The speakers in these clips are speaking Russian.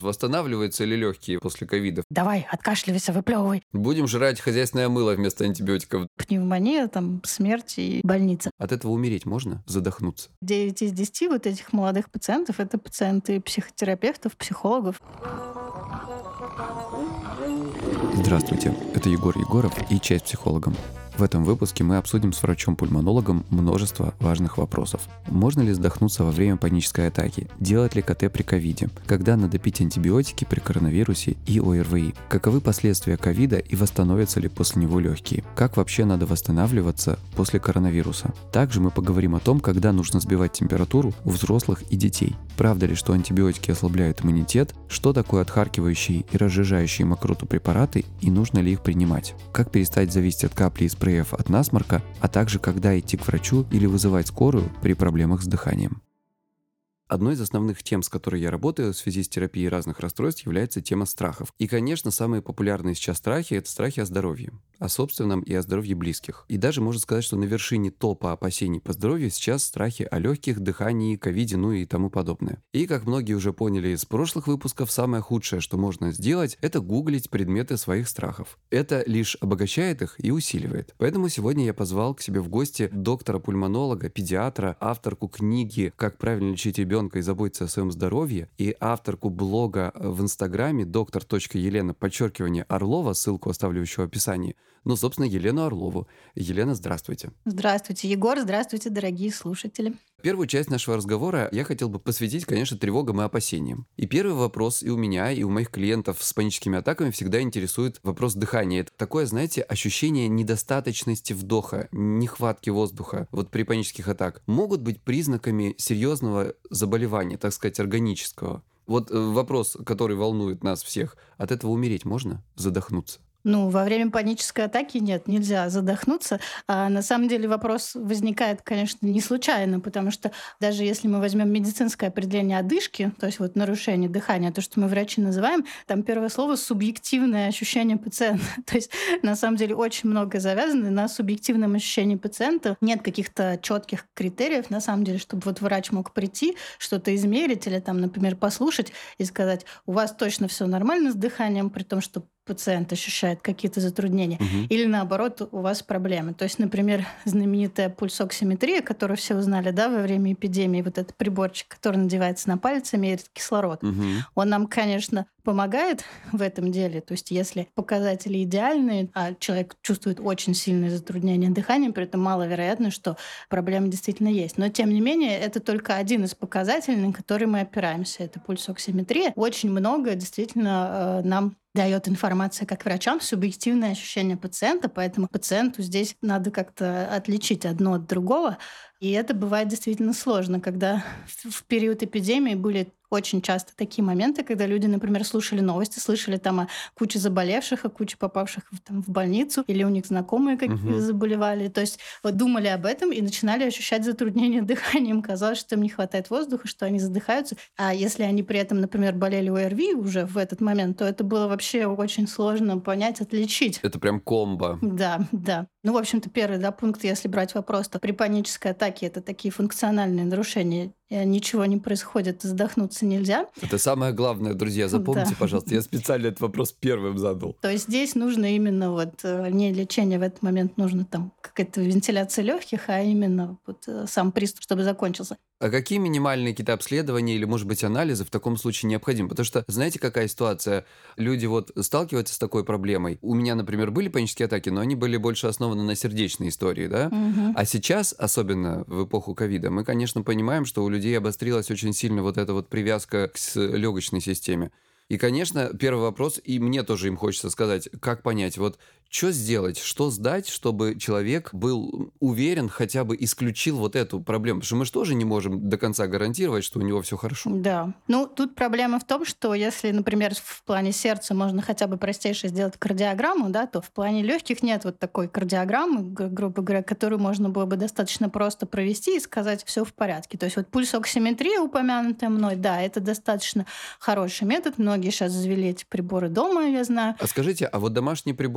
Восстанавливаются ли легкие после ковида? Давай, откашливайся, выплевывай. Будем жрать хозяйственное мыло вместо антибиотиков. Пневмония, там, смерть и больница. От этого умереть можно? Задохнуться? 9 из 10 вот этих молодых пациентов — это пациенты психотерапевтов, психологов. Здравствуйте, это Егор Егоров и «Чай с психологом». В этом выпуске мы обсудим с врачом-пульмонологом множество важных вопросов. Можно ли задохнуться во время панической атаки? Делать ли КТ при ковиде? Когда надо пить антибиотики при коронавирусе и ОРВИ? Каковы последствия ковида и восстановятся ли после него легкие? Как вообще надо восстанавливаться после коронавируса? Также мы поговорим о том, когда нужно сбивать температуру у взрослых и детей. Правда ли, что антибиотики ослабляют иммунитет? Что такое отхаркивающие и разжижающие мокроту препараты и нужно ли их принимать? Как перестать зависеть от капли и спреев от насморка, а также когда идти к врачу или вызывать скорую при проблемах с дыханием? Одной из основных тем, с которой я работаю в связи с терапией разных расстройств, является тема страхов. И, конечно, самые популярные сейчас страхи – это страхи о здоровье, о собственном и о здоровье близких. И даже можно сказать, что на вершине топа опасений по здоровью сейчас страхи о легких, дыхании, ковиде, ну и тому подобное. И, как многие уже поняли из прошлых выпусков, самое худшее, что можно сделать – это гуглить предметы своих страхов. Это лишь обогащает их и усиливает. Поэтому сегодня я позвал к себе в гости доктора-пульмонолога, педиатра, авторку книги «Как правильно лечить ребенка и заботиться о своем здоровье» и авторку блога в Инстаграме доктор.елена_Орлова, ссылку оставлю еще в описании. Ну, собственно, Елену Орлову. Елена, здравствуйте. Здравствуйте, Егор. Здравствуйте, дорогие слушатели. Первую часть нашего разговора я хотел бы посвятить, конечно, тревогам и опасениям. И первый вопрос и у меня, и у моих клиентов с паническими атаками всегда интересует вопрос дыхания. Это такое, знаете, ощущение недостаточности вдоха, нехватки воздуха вот при панических атаках могут быть признаками серьезного заболевания, так сказать, органического. Вот вопрос, который волнует нас всех. От этого умереть можно? Задохнуться? Во время панической атаки нет, нельзя задохнуться. А на самом деле вопрос возникает, конечно, не случайно, потому что даже если мы возьмем медицинское определение одышки, то есть вот нарушение дыхания, то, что мы врачи называем, там первое слово — субъективное ощущение пациента. То есть на самом деле очень много завязано на субъективном ощущении пациента. Нет каких-то четких критериев, на самом деле, чтобы вот врач мог прийти, что-то измерить или там, например, послушать и сказать: у вас точно все нормально с дыханием, при том, что пациент ощущает какие-то затруднения, или наоборот, у вас проблемы. То есть, например, знаменитая пульсоксиметрия, которую все узнали, да, во время эпидемии, вот этот приборчик, который надевается на палец и меряет кислород, он нам, конечно, помогает в этом деле. То есть, если показатели идеальные, а человек чувствует очень сильное затруднение дыхания, при этом маловероятно, что проблема действительно есть. Но, тем не менее, это только один из показателей, на который мы опираемся. Это пульсоксиметрия. Очень много действительно нам дает информация как врачам, субъективное ощущение пациента, поэтому пациенту здесь надо как-то отличить одно от другого. И это бывает действительно сложно, когда в период эпидемии были очень часто такие моменты, когда люди, например, слушали новости, слышали там о куче заболевших, о куче попавших в больницу, или у них знакомые какие заболевали. То есть вот думали об этом и начинали ощущать затруднение дыхания. Им казалось, что им не хватает воздуха, что они задыхаются. А если они при этом, например, болели ОРВИ уже в этот момент, то это было вообще очень сложно понять, отличить. Это прям комбо. Да. В общем-то, первый пункт, если брать вопрос, то при панической атаке это такие функциональные нарушения. Ничего не происходит, задохнуться нельзя. Это самое главное, друзья, запомните, пожалуйста. Я специально этот вопрос первым задал. То есть здесь нужно именно не лечение в этот момент, нужно там какая-то вентиляция легких, а именно сам приступ, чтобы закончился. А какие минимальные какие-то обследования или, может быть, анализы в таком случае необходимы? Потому что, знаете, какая ситуация? Люди сталкиваются с такой проблемой. У меня, например, были панические атаки, но они были больше основаны на сердечной истории, да? А сейчас, особенно в эпоху ковида, мы, конечно, понимаем, что у людей обострилась очень сильно эта привязка к легочной системе. И, конечно, первый вопрос, и мне тоже им хочется сказать, как понять, что сделать, что сдать, чтобы человек был уверен, хотя бы исключил эту проблему. Потому что мы же тоже не можем до конца гарантировать, что у него все хорошо. Да. Тут проблема в том, что если, например, в плане сердца можно хотя бы простейше сделать кардиограмму, да, то в плане легких нет такой кардиограммы, грубо говоря, которую можно было бы достаточно просто провести и сказать, все в порядке. То есть пульсоксиметрия, упомянутая мной, да, это достаточно хороший метод. Многие сейчас завели эти приборы дома, я знаю. А скажите, домашние приборы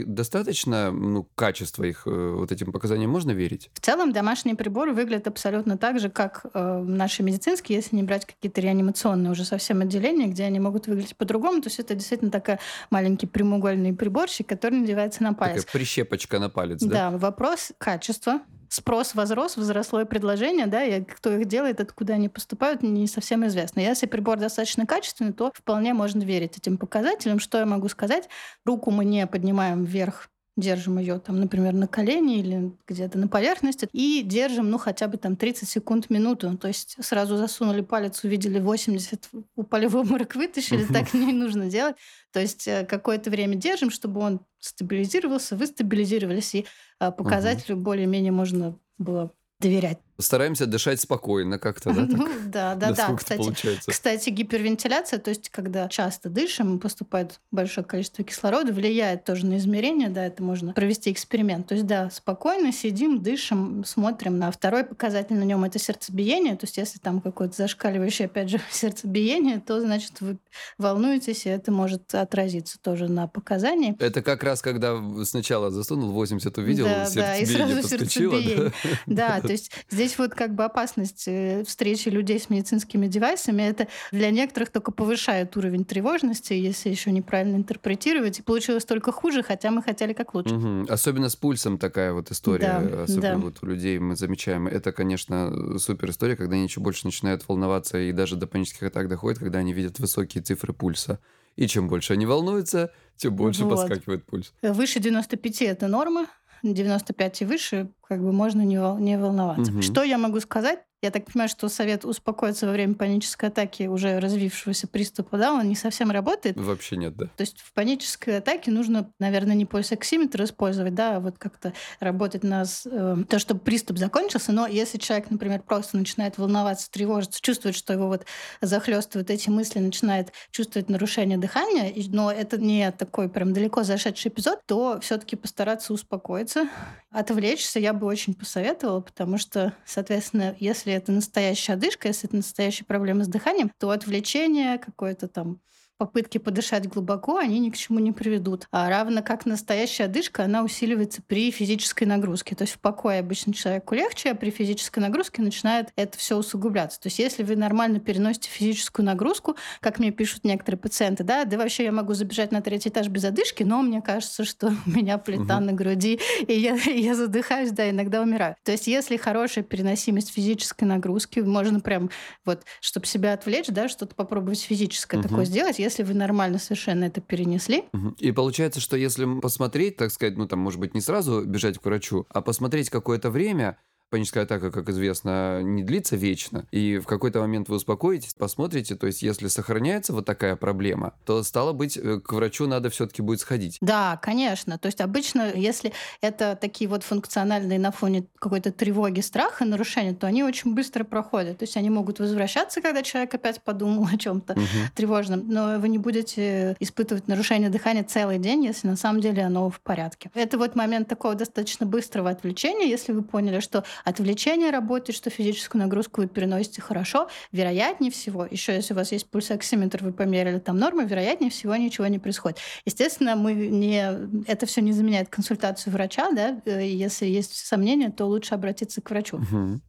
достаточно, качества их вот этим показаниям можно верить? В целом домашние приборы выглядят абсолютно так же, как наши медицинские, если не брать какие-то реанимационные уже совсем отделения, где они могут выглядеть по-другому. То есть это действительно такой маленький прямоугольный приборчик, который надевается на Такая палец. прищепочка на палец, да? Да, вопрос качества. Спрос возрос, возросло и предложение, да, и кто их делает, откуда они поступают, не совсем известно. Если прибор достаточно качественный, то вполне можно верить этим показателям. Что я могу сказать? Руку мы не поднимаем вверх, держим ее там, например, на колени или где-то на поверхности и держим, хотя бы там 30 секунд, минуту. То есть сразу засунули палец, увидели 80, упали в обморок, вытащили, так не нужно делать. То есть какое-то время держим, чтобы он стабилизировался, вы стабилизировались, и показателю более-менее можно было доверять. Стараемся дышать спокойно как-то, да? Да. Насколько это получается? Кстати, гипервентиляция, то есть когда часто дышим, поступает большое количество кислорода, влияет тоже на измерения, да, это можно провести эксперимент. То есть, да, спокойно сидим, дышим, смотрим. На второй показатель на нем это сердцебиение, то есть если там какое-то зашкаливающее, опять же, сердцебиение, то, значит, вы волнуетесь, и это может отразиться тоже на показании. Это как раз когда сначала засунул, 80 увидел, Да, и сердцебиение сразу подскочило. сердцебиение. Да, то есть здесь вот как бы опасность встречи людей с медицинскими девайсами, это для некоторых только повышает уровень тревожности, если еще неправильно интерпретировать. И получилось только хуже, хотя мы хотели как лучше. Особенно с пульсом такая вот история. Да, Особенно да. вот у людей мы замечаем. Это, конечно, супер история, когда они еще больше начинают волноваться и даже до панических атак доходят, когда они видят высокие цифры пульса. И чем больше они волнуются, тем больше Вот. подскакивает пульс. Выше 95 это норма, 95 и выше как бы можно не волноваться. Мгм. Что я могу сказать? Я так понимаю, что совет успокоиться во время панической атаки уже развившегося приступа, да, он не совсем работает. Вообще нет, да. То есть в панической атаке нужно, наверное, не пульсоксиметр использовать, да, а вот как-то работать на то, чтобы приступ закончился. Но если человек, например, просто начинает волноваться, тревожиться, чувствует, что его вот захлестывают эти мысли, начинает чувствовать нарушение дыхания, но это не такой прям далеко зашедший эпизод, то все-таки постараться успокоиться, отвлечься я бы очень посоветовала, потому что, соответственно, если это настоящая одышка, если это настоящая проблема с дыханием, то отвлечение, какое-то там попытки подышать глубоко, они ни к чему не приведут. А равно как настоящая одышка, она усиливается при физической нагрузке. То есть в покое обычно человеку легче, а при физической нагрузке начинает это все усугубляться. То есть если вы нормально переносите физическую нагрузку, как мне пишут некоторые пациенты, да вообще я могу забежать на 3-й этаж без одышки, но мне кажется, что у меня плита на груди, и я задыхаюсь, да, иногда умираю. То есть если хорошая переносимость физической нагрузки, можно прям вот, чтобы себя отвлечь, да, что-то попробовать физическое такое сделать, если вы нормально совершенно это перенесли. И получается, что если посмотреть, так сказать, там, может быть, не сразу бежать к врачу, а посмотреть какое-то время, паническая атака, как известно, не длится вечно, и в какой-то момент вы успокоитесь, посмотрите, то есть если сохраняется вот такая проблема, то, стало быть, к врачу надо все-таки будет сходить. Да, конечно. То есть обычно, если это такие вот функциональные на фоне какой-то тревоги, страха, нарушения, то они очень быстро проходят. То есть они могут возвращаться, когда человек опять подумал о чем-то тревожном, но вы не будете испытывать нарушение дыхания целый день, если на самом деле оно в порядке. Это вот момент такого достаточно быстрого отвлечения, если вы поняли, что отвлечение работает, что физическую нагрузку вы переносите хорошо, вероятнее всего, еще если у вас есть пульсоксиметр, вы померили там нормы, вероятнее всего ничего не происходит. Естественно, это все не заменяет консультацию врача, да, если есть сомнения, то лучше обратиться к врачу.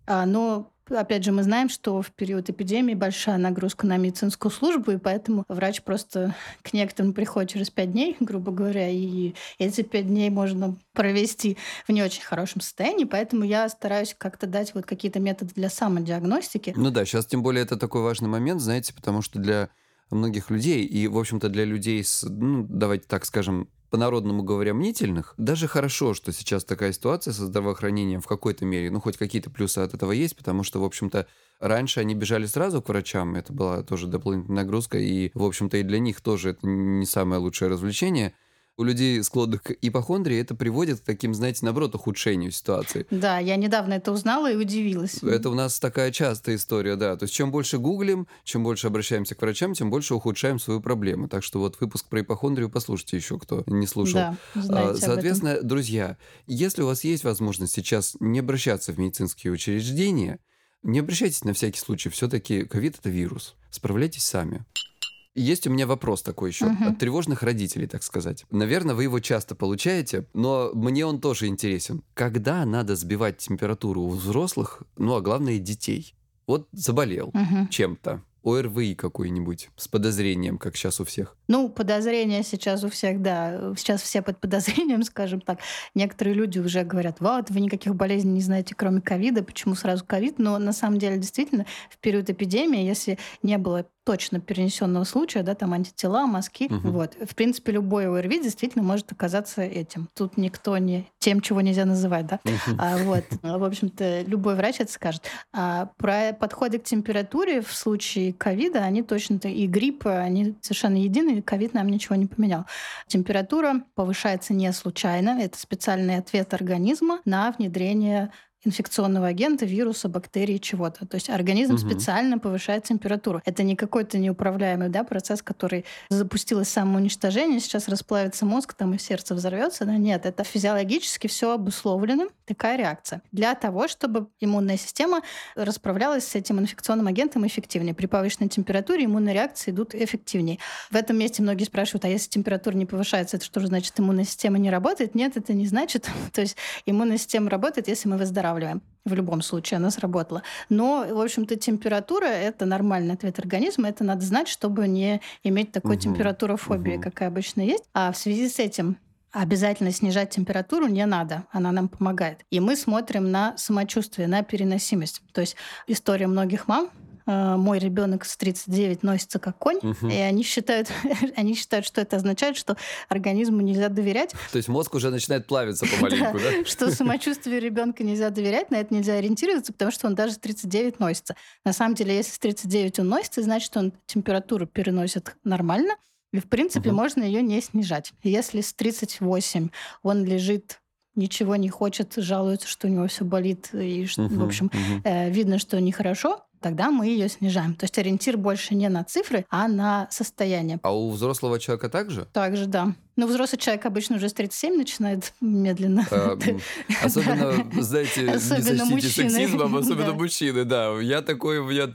Но опять же, мы знаем, что в период эпидемии большая нагрузка на медицинскую службу, и поэтому врач просто к некоторым приходит через 5 дней, грубо говоря, и эти 5 дней можно провести в не очень хорошем состоянии, поэтому я стараюсь как-то дать вот какие-то методы для самодиагностики. Ну да, сейчас тем более это такой важный момент, знаете, потому что для многих людей, и, в общем-то, для людей с, давайте так скажем, по-народному говоря, мнительных, даже хорошо, что сейчас такая ситуация со здравоохранением в какой-то мере, хоть какие-то плюсы от этого есть, потому что, в общем-то, раньше они бежали сразу к врачам, это была тоже дополнительная нагрузка, и, в общем-то, и для них тоже это не самое лучшее развлечение. У людей, склонных к ипохондрии, это приводит к таким, знаете, наоборот, ухудшению ситуации. Да, я недавно это узнала и удивилась. Это у нас такая частая история, да. То есть чем больше гуглим, чем больше обращаемся к врачам, тем больше ухудшаем свою проблему. Так что вот выпуск про ипохондрию послушайте еще, кто не слушал. Да, знаете Соответственно, об этом. друзья, если у вас есть возможность сейчас не обращаться в медицинские учреждения, не обращайтесь на всякий случай. Все-таки ковид – это вирус. Справляйтесь сами. Есть у меня вопрос такой еще. От тревожных родителей, так сказать. Наверное, вы его часто получаете, но мне он тоже интересен. Когда надо сбивать температуру у взрослых, ну, а главное, детей? Вот заболел чем-то. ОРВИ какой-нибудь с подозрением, как сейчас у всех. Ну, подозрения сейчас у всех, да. Сейчас все под подозрением, скажем так. Некоторые люди уже говорят, вот, вы никаких болезней не знаете, кроме ковида, почему сразу ковид? Но на самом деле, действительно, в период эпидемии, если не было точно перенесенного случая, да, там антитела, мазки, вот. В принципе, любой ОРВИ действительно может оказаться этим. Тут никто не тем, чего нельзя называть, да. Вот. В общем-то, любой врач это скажет. Про подходы к температуре в случае ковида, они точно-то и гриппа, они совершенно едины, ковид нам ничего не поменял. Температура повышается не случайно, это специальный ответ организма на внедрение инфекционного агента, вируса, бактерии, чего-то. То есть организм специально повышает температуру. Это не какой-то неуправляемый, да, процесс, который запустилось самоуничтожение, сейчас расплавится мозг, там и сердце взорвется. Да? Нет, это физиологически все обусловлено, такая реакция. Для того, чтобы иммунная система расправлялась с этим инфекционным агентом эффективнее. При повышенной температуре иммунные реакции идут эффективнее. В этом месте многие спрашивают, а если температура не повышается, это что же значит, иммунная система не работает? Нет, это не значит. То есть иммунная система работает, если мы выздоравливаем. В любом случае она сработала. Но, в общем-то, температура — это нормальный ответ организма. Это надо знать, чтобы не иметь такой температурофобии, какая обычно есть. А в связи с этим обязательно снижать температуру не надо. Она нам помогает. И мы смотрим на самочувствие, на переносимость. То есть история многих мам. Мой ребенок с 39 носится как конь, и они считают, что это означает, что организму нельзя доверять. То есть мозг уже начинает плавиться помаленьку, да? Что самочувствию ребенка нельзя доверять, на это нельзя ориентироваться, потому что он даже с 39 носится. На самом деле, если с 39 он носится, значит, он температуру переносит нормально, и, в принципе, можно ее не снижать. Если с 38 он лежит, ничего не хочет, жалуется, что у него все болит, и, в общем, видно, что нехорошо, тогда мы ее снижаем. То есть ориентир больше не на цифры, а на состояние. А у взрослого человека также? Также, да. Но взрослый человек обычно уже с 37 начинает медленно. Особенно, знаете, не сочтите сексизмом, особенно мужчины, да. Я такой, у меня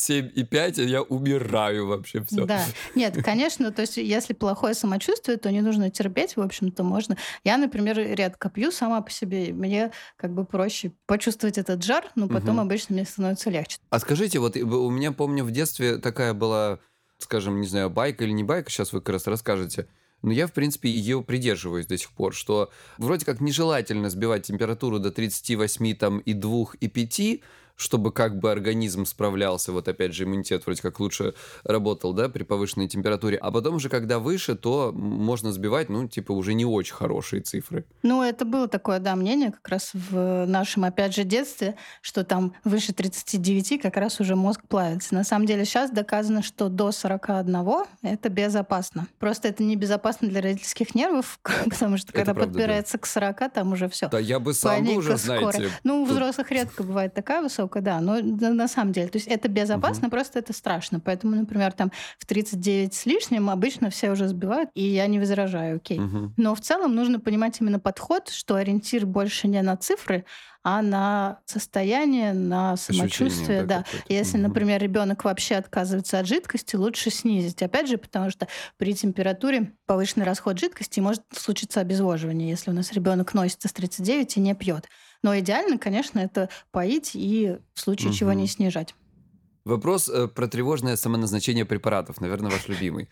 37,5, я умираю вообще, все. Да. Нет, конечно, то есть если плохое самочувствие, то не нужно терпеть, в общем-то, можно. Я, например, редко пью сама по себе. Мне как бы проще почувствовать этот жар, но потом обычно мне становится легче. А скажите, вот у меня, помню, в детстве такая была, скажем, не знаю, байка или не байка, сейчас вы как раз расскажете, но я, в принципе, ее придерживаюсь до сих пор, что вроде как нежелательно сбивать температуру до 38, там, и 2, и 5, чтобы как бы организм справлялся, вот опять же иммунитет вроде как лучше работал, да, при повышенной температуре, а потом уже, когда выше, то можно сбивать, ну, типа, уже не очень хорошие цифры. Ну, это было такое, да, мнение как раз в нашем, опять же, детстве, что там выше 39 как раз уже мозг плавится. На самом деле сейчас доказано, что до 41 это безопасно. Просто это небезопасно для родительских нервов, потому что когда подбирается к 40, там уже все. Да я бы сам уже, знаете. Ну, у взрослых редко бывает такая высокая, да, но на самом деле, то есть это безопасно, просто это страшно. Поэтому, например, там в 39 с лишним обычно все уже сбивают, и я не возражаю, окей. Но в целом нужно понимать именно подход, что ориентир больше не на цифры, а на состояние, на самочувствие. Ощущение, да. Если, например, ребенок вообще отказывается от жидкости, лучше снизить. Опять же, потому что при температуре повышенный расход жидкости может случиться обезвоживание, если у нас ребенок носится с 39 и не пьет. Но идеально, конечно, это поить и в случае чего не снижать. Вопрос про тревожное самоназначение препаратов, наверное, ваш любимый.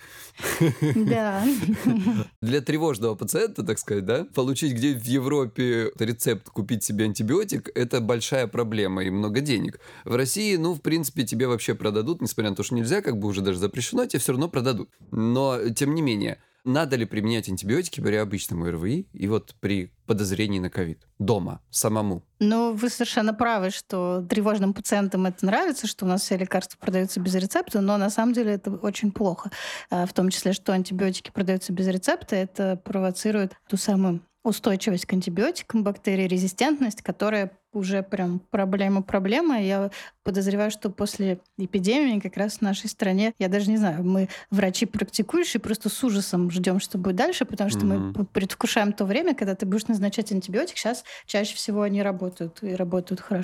Да. Для тревожного пациента, так сказать, да, получить где в Европе рецепт, купить себе антибиотик, это большая проблема и много денег. В России, ну, в принципе, тебе вообще продадут, несмотря на то, что нельзя, как бы уже даже запрещено, тебе все равно продадут. Но, тем не менее, надо ли применять антибиотики при обычном ОРВИ и вот при подозрении на ковид? Дома, самому? Ну, вы совершенно правы, что тревожным пациентам это нравится, что у нас все лекарства продаются без рецепта, но на самом деле это очень плохо. В том числе, что антибиотики продаются без рецепта, это провоцирует ту самую устойчивость к антибиотикам, бактериорезистентность, которая уже прям проблема. Я подозреваю, что после эпидемии как раз в нашей стране, я даже не знаю, мы врачи практикующие просто с ужасом ждем, что будет дальше, потому что мы предвкушаем то время, когда ты будешь назначать антибиотик. Сейчас чаще всего они работают и работают хорошо.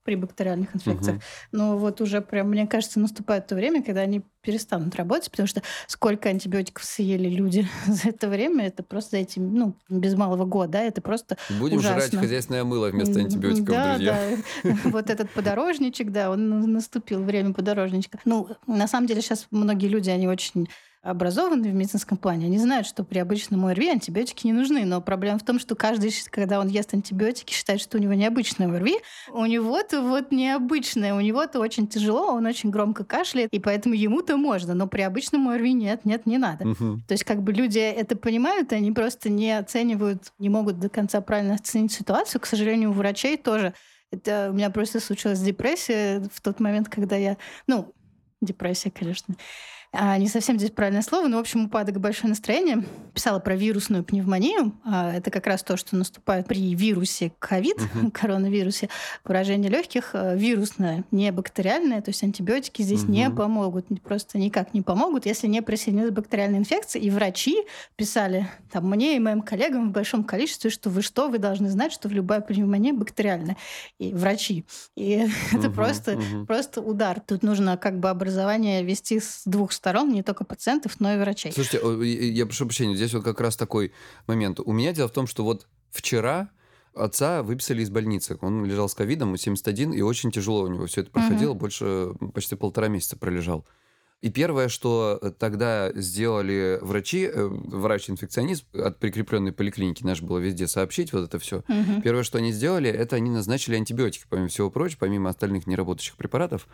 при бактериальных инфекциях. Мгм. Но вот уже прям, мне кажется, наступает то время, когда они перестанут работать, потому что сколько антибиотиков съели люди за это время, это просто за эти, без малого года, да, это просто Будем жрать ужасно. хозяйственное мыло вместо антибиотиков, Да, друзья. да. Вот этот подорожничек, да, наступил время подорожничка. Ну, на самом деле сейчас многие люди, они очень образованы в медицинском плане, они знают, что при обычном ОРВИ антибиотики не нужны, но проблема в том, что каждый, когда он ест антибиотики, считает, что у него необычное ОРВИ, у него-то вот необычное, у него-то очень тяжело, он очень громко кашляет, и поэтому ему-то можно, но при обычном ОРВИ нет, не надо. Мгм. То есть как бы люди это понимают, они просто не оценивают, не могут до конца правильно оценить ситуацию. К сожалению, у врачей тоже. Это у меня просто случилась депрессия в тот момент, когда я... Депрессия, конечно. Не совсем здесь правильное слово, но, в общем, упадок, большое настроение. Писала про вирусную пневмонию. Это как раз то, что наступает при вирусе ковид, Мгм. коронавирусе. Поражение легких вирусное, не бактериальное. То есть антибиотики здесь не Мгм. помогут. Просто никак не помогут, если не присоединилась бактериальная инфекция. И врачи писали мне и моим коллегам в большом количестве, что вы должны знать, что любая пневмония бактериальная. И врачи. И это Мгм. просто удар. Тут нужно как бы образование вести с двух сторон, не только пациентов, но и врачей. Слушайте, я прошу прощения, здесь вот как раз такой момент. У меня дело в том, что вот вчера отца выписали из больницы. Он лежал с ковидом, 71, и очень тяжело у него все это проходило, больше почти 1,5 месяца пролежал. И первое, что тогда сделали врачи, врач-инфекционист от прикрепленной поликлиники, наш было везде сообщить вот это все. Мгм. Первое, что они сделали, это они назначили антибиотики, помимо всего прочего, помимо остальных неработающих препаратов.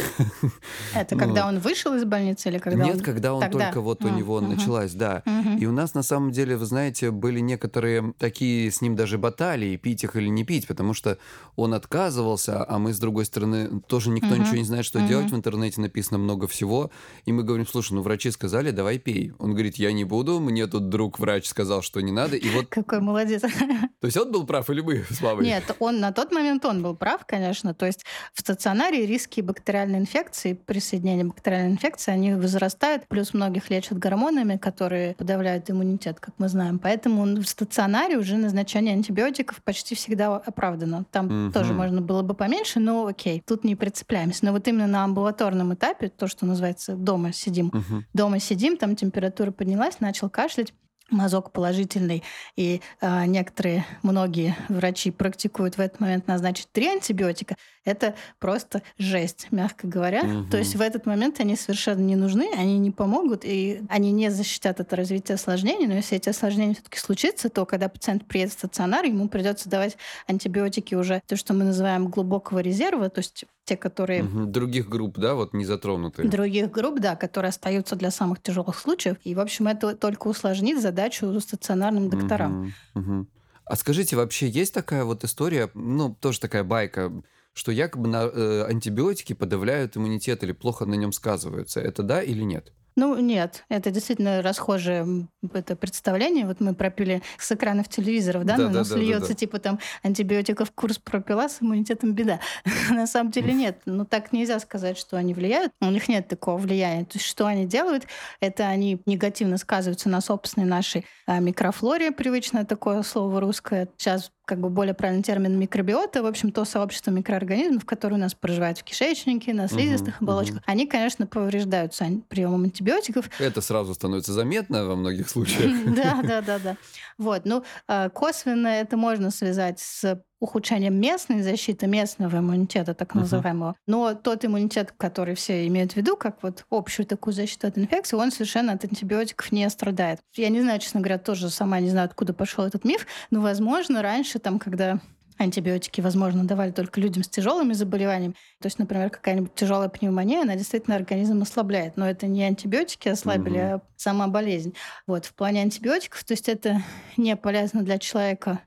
Это Ну, когда он вышел из больницы или когда Нет, он... когда он Тогда? только вот у него Мгм. началась, да. Мгм. И у нас, на самом деле, вы знаете, были некоторые такие с ним даже баталии, пить их или не пить, потому что он отказывался, а мы, с другой стороны, тоже никто Мгм. ничего не знает, что делать. В интернете написано много всего. И мы говорим, слушай, врачи сказали, давай пей. Он говорит, я не буду, мне тут друг врач сказал, что не надо. И вот, Какой молодец. то есть он был прав или мы с мамой? Нет, он на тот момент он был прав, конечно. То есть в стационаре риски бактериальной инфекции, присоединения бактериальной инфекции, они возрастают. Плюс многих лечат гормонами, которые подавляют иммунитет, как мы знаем. Поэтому в стационаре уже назначение антибиотиков почти всегда оправдано. Там тоже Мгм. можно было бы поменьше, но окей, тут не прицепляемся. Но вот именно на амбулаторном этапе, то, что называется дома сидим, Мгм. там температура поднялась, начал кашлять, мазок положительный, и многие врачи практикуют в этот момент назначить 3 антибиотика, это просто жесть, мягко говоря. Мгм. То есть в этот момент они совершенно не нужны, они не помогут, и они не защитят от развития осложнений, но если эти осложнения все-таки случится, то когда пациент приедет в стационар, ему придется давать антибиотики уже, то, что мы называем глубокого резерва, то есть те, которые Мгм. Других групп, да, вот не затронутые. других групп, да, которые остаются для самых тяжелых случаев. И, в общем, это только усложнит задачу стационарным докторам. Мгм. Мгм. А скажите, вообще есть такая вот история, тоже такая байка, что якобы антибиотики подавляют иммунитет или плохо на нем сказываются? Это да или нет? Нет, это действительно расхожее это представление. Вот мы пропили с экранов телевизоров, да, на нас Да-да-да-да-да. льется типа там антибиотиков курс пропила, с иммунитетом беда. На самом деле нет. Так нельзя сказать, что они влияют. У них нет такого влияния. То есть что они делают? Это они негативно сказываются на собственной нашей микрофлоре, привычное такое слово русское. Сейчас как бы более правильный термин микробиота, в общем, то сообщество микроорганизмов, которые у нас проживают в кишечнике, на слизистых оболочках, они, конечно, повреждаются приемом антибиотиков. Это сразу становится заметно во многих случаях. Да. Вот. Косвенно это можно связать с ухудшением местной защиты, местного иммунитета, так называемого. Но тот иммунитет, который все имеют в виду, как вот общую такую защиту от инфекции, он совершенно от антибиотиков не страдает. Я не знаю, честно говоря, тоже сама не знаю, откуда пошел этот миф, но, возможно, раньше, когда антибиотики, возможно, давали только людям с тяжелыми заболеваниями. То есть, например, какая-нибудь тяжелая пневмония, она действительно организм ослабляет. Но это не антибиотики ослабили, а сама болезнь. Вот. В плане антибиотиков, то есть это не полезно для человека,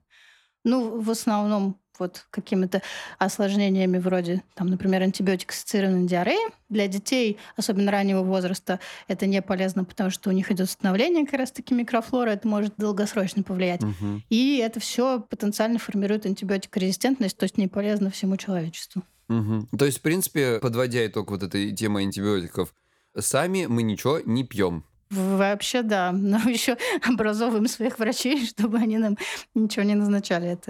в основном вот какими-то осложнениями вроде, например, антибиотик-ассоциированной диареи. Для детей, особенно раннего возраста, это не полезно, потому что у них идет становление как раз-таки микрофлоры, это может долгосрочно повлиять. Мгм. И это все потенциально формирует антибиотикорезистентность, то есть не полезно всему человечеству. Мгм. То есть, в принципе, подводя итог вот этой темы антибиотиков, сами мы ничего не пьем. Вообще, да. Но еще образовываем своих врачей, чтобы они нам ничего не назначали. Это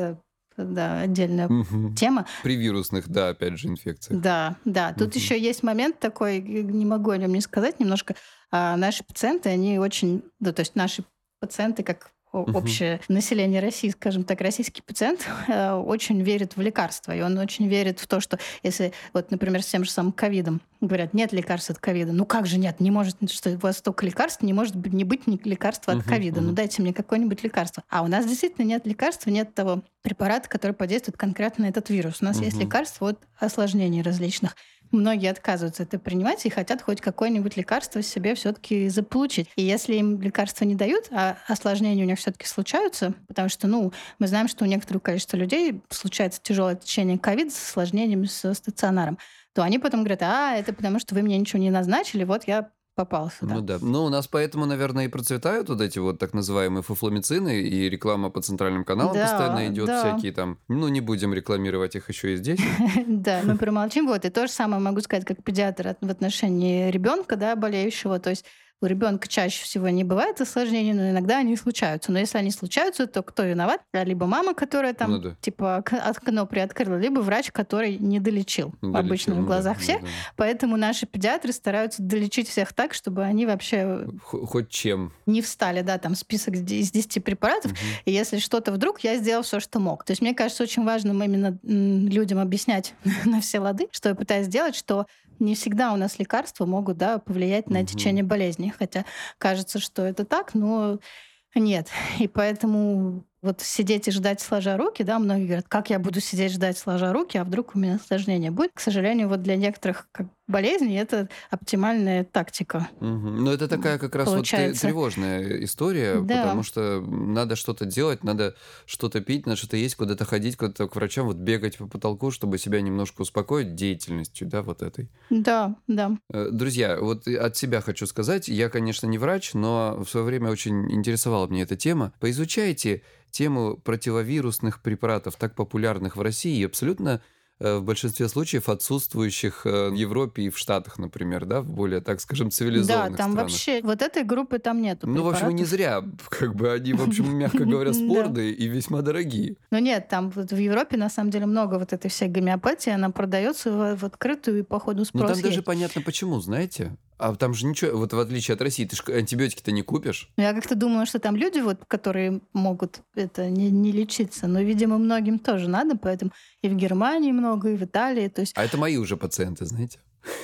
да, отдельная Мгм. тема. При вирусных, да, опять же, инфекциях. Да, да. Тут Мгм. еще есть момент такой, не могу о нем не сказать немножко. Наши пациенты, они очень, да, то есть наши пациенты, как Мгм. общее население России, скажем так, российский пациент очень верит в лекарства, и он очень верит в то, что если, вот, например, с тем же самым ковидом говорят, нет лекарств от ковида, ну как же нет, не может, что у вас столько лекарств, не может не быть лекарства от Мгм. ковида, ну Мгм. дайте мне какое-нибудь лекарство. А у нас действительно нет лекарства, нет того препарата, который подействует конкретно на этот вирус. У нас есть Мгм. лекарства от осложнений различных. Многие отказываются это принимать и хотят хоть какое-нибудь лекарство себе все-таки заполучить. И если им лекарства не дают, а осложнения у них все-таки случаются, потому что, ну, мы знаем, что у некоторого количества людей случается тяжелое течение ковида с осложнениями со стационаром, то они потом говорят, это потому что вы мне ничего не назначили, вот я попал Ну сюда. да. Ну, у нас поэтому, наверное, и процветают вот эти вот так называемые фуфломицины, и реклама по центральным каналам постоянно Да, идет, да. всякие там. Ну, не будем рекламировать их еще и здесь. Да, мы промолчим. Вот. И то же самое могу сказать как педиатр в отношении ребенка, да, болеющего. То есть у ребенка чаще всего не бывает осложнений, но иногда они случаются. Но если они случаются, то кто виноват? Либо мама, которая Ну там да, типа окно приоткрыла, либо врач, который не долечил не обычно долечил, в ну да, глазах да, всех. да. Поэтому наши педиатры стараются долечить всех так, чтобы они вообще Хоть чем. не встали, да, там список из 10 препаратов, Мгм. и если что-то вдруг, я сделал все, что мог. То есть мне кажется, очень важно именно людям объяснять на все лады, что я пытаюсь сделать, что не всегда у нас лекарства могут, да, повлиять на Мгм. течение болезни. Хотя кажется, что это так, но нет. И поэтому вот сидеть и ждать, сложа руки, да, многие говорят, как я буду сидеть, ждать, сложа руки, а вдруг у меня осложнение будет. К сожалению, вот для некоторых болезней это оптимальная тактика Мгм. Ну, это такая как раз вот получается. тревожная история, потому Да. что надо что-то делать, надо что-то пить, надо что-то есть, куда-то ходить, куда-то к врачам, вот бегать по потолку, чтобы себя немножко успокоить деятельностью, да, вот этой. Да, да. Друзья, вот и от себя хочу сказать, я, конечно, не врач, но в свое время очень интересовала меня эта тема. Поизучайте тему противовирусных препаратов, так популярных в России и абсолютно в большинстве случаев отсутствующих в Европе и в Штатах, например, да, в более, так скажем, Да, цивилизованных там странах. вообще вот этой группы там нету Ну, в общем, и не препаратов. зря, как бы они, в общем, мягко говоря, Да. спорные и весьма дорогие. Но нет, там вот в Европе на самом деле много вот этой всей гомеопатии, она продается в открытую, и походу Ну, там спрос даже есть. понятно почему, знаете. А там же ничего, вот в отличие от России, ты ж антибиотики-то не купишь. Но я как-то думала, что там люди, вот, которые могут это не лечиться, но, видимо, многим тоже надо, поэтому и в Германии много, и в Италии. То есть А это мои уже пациенты, знаете.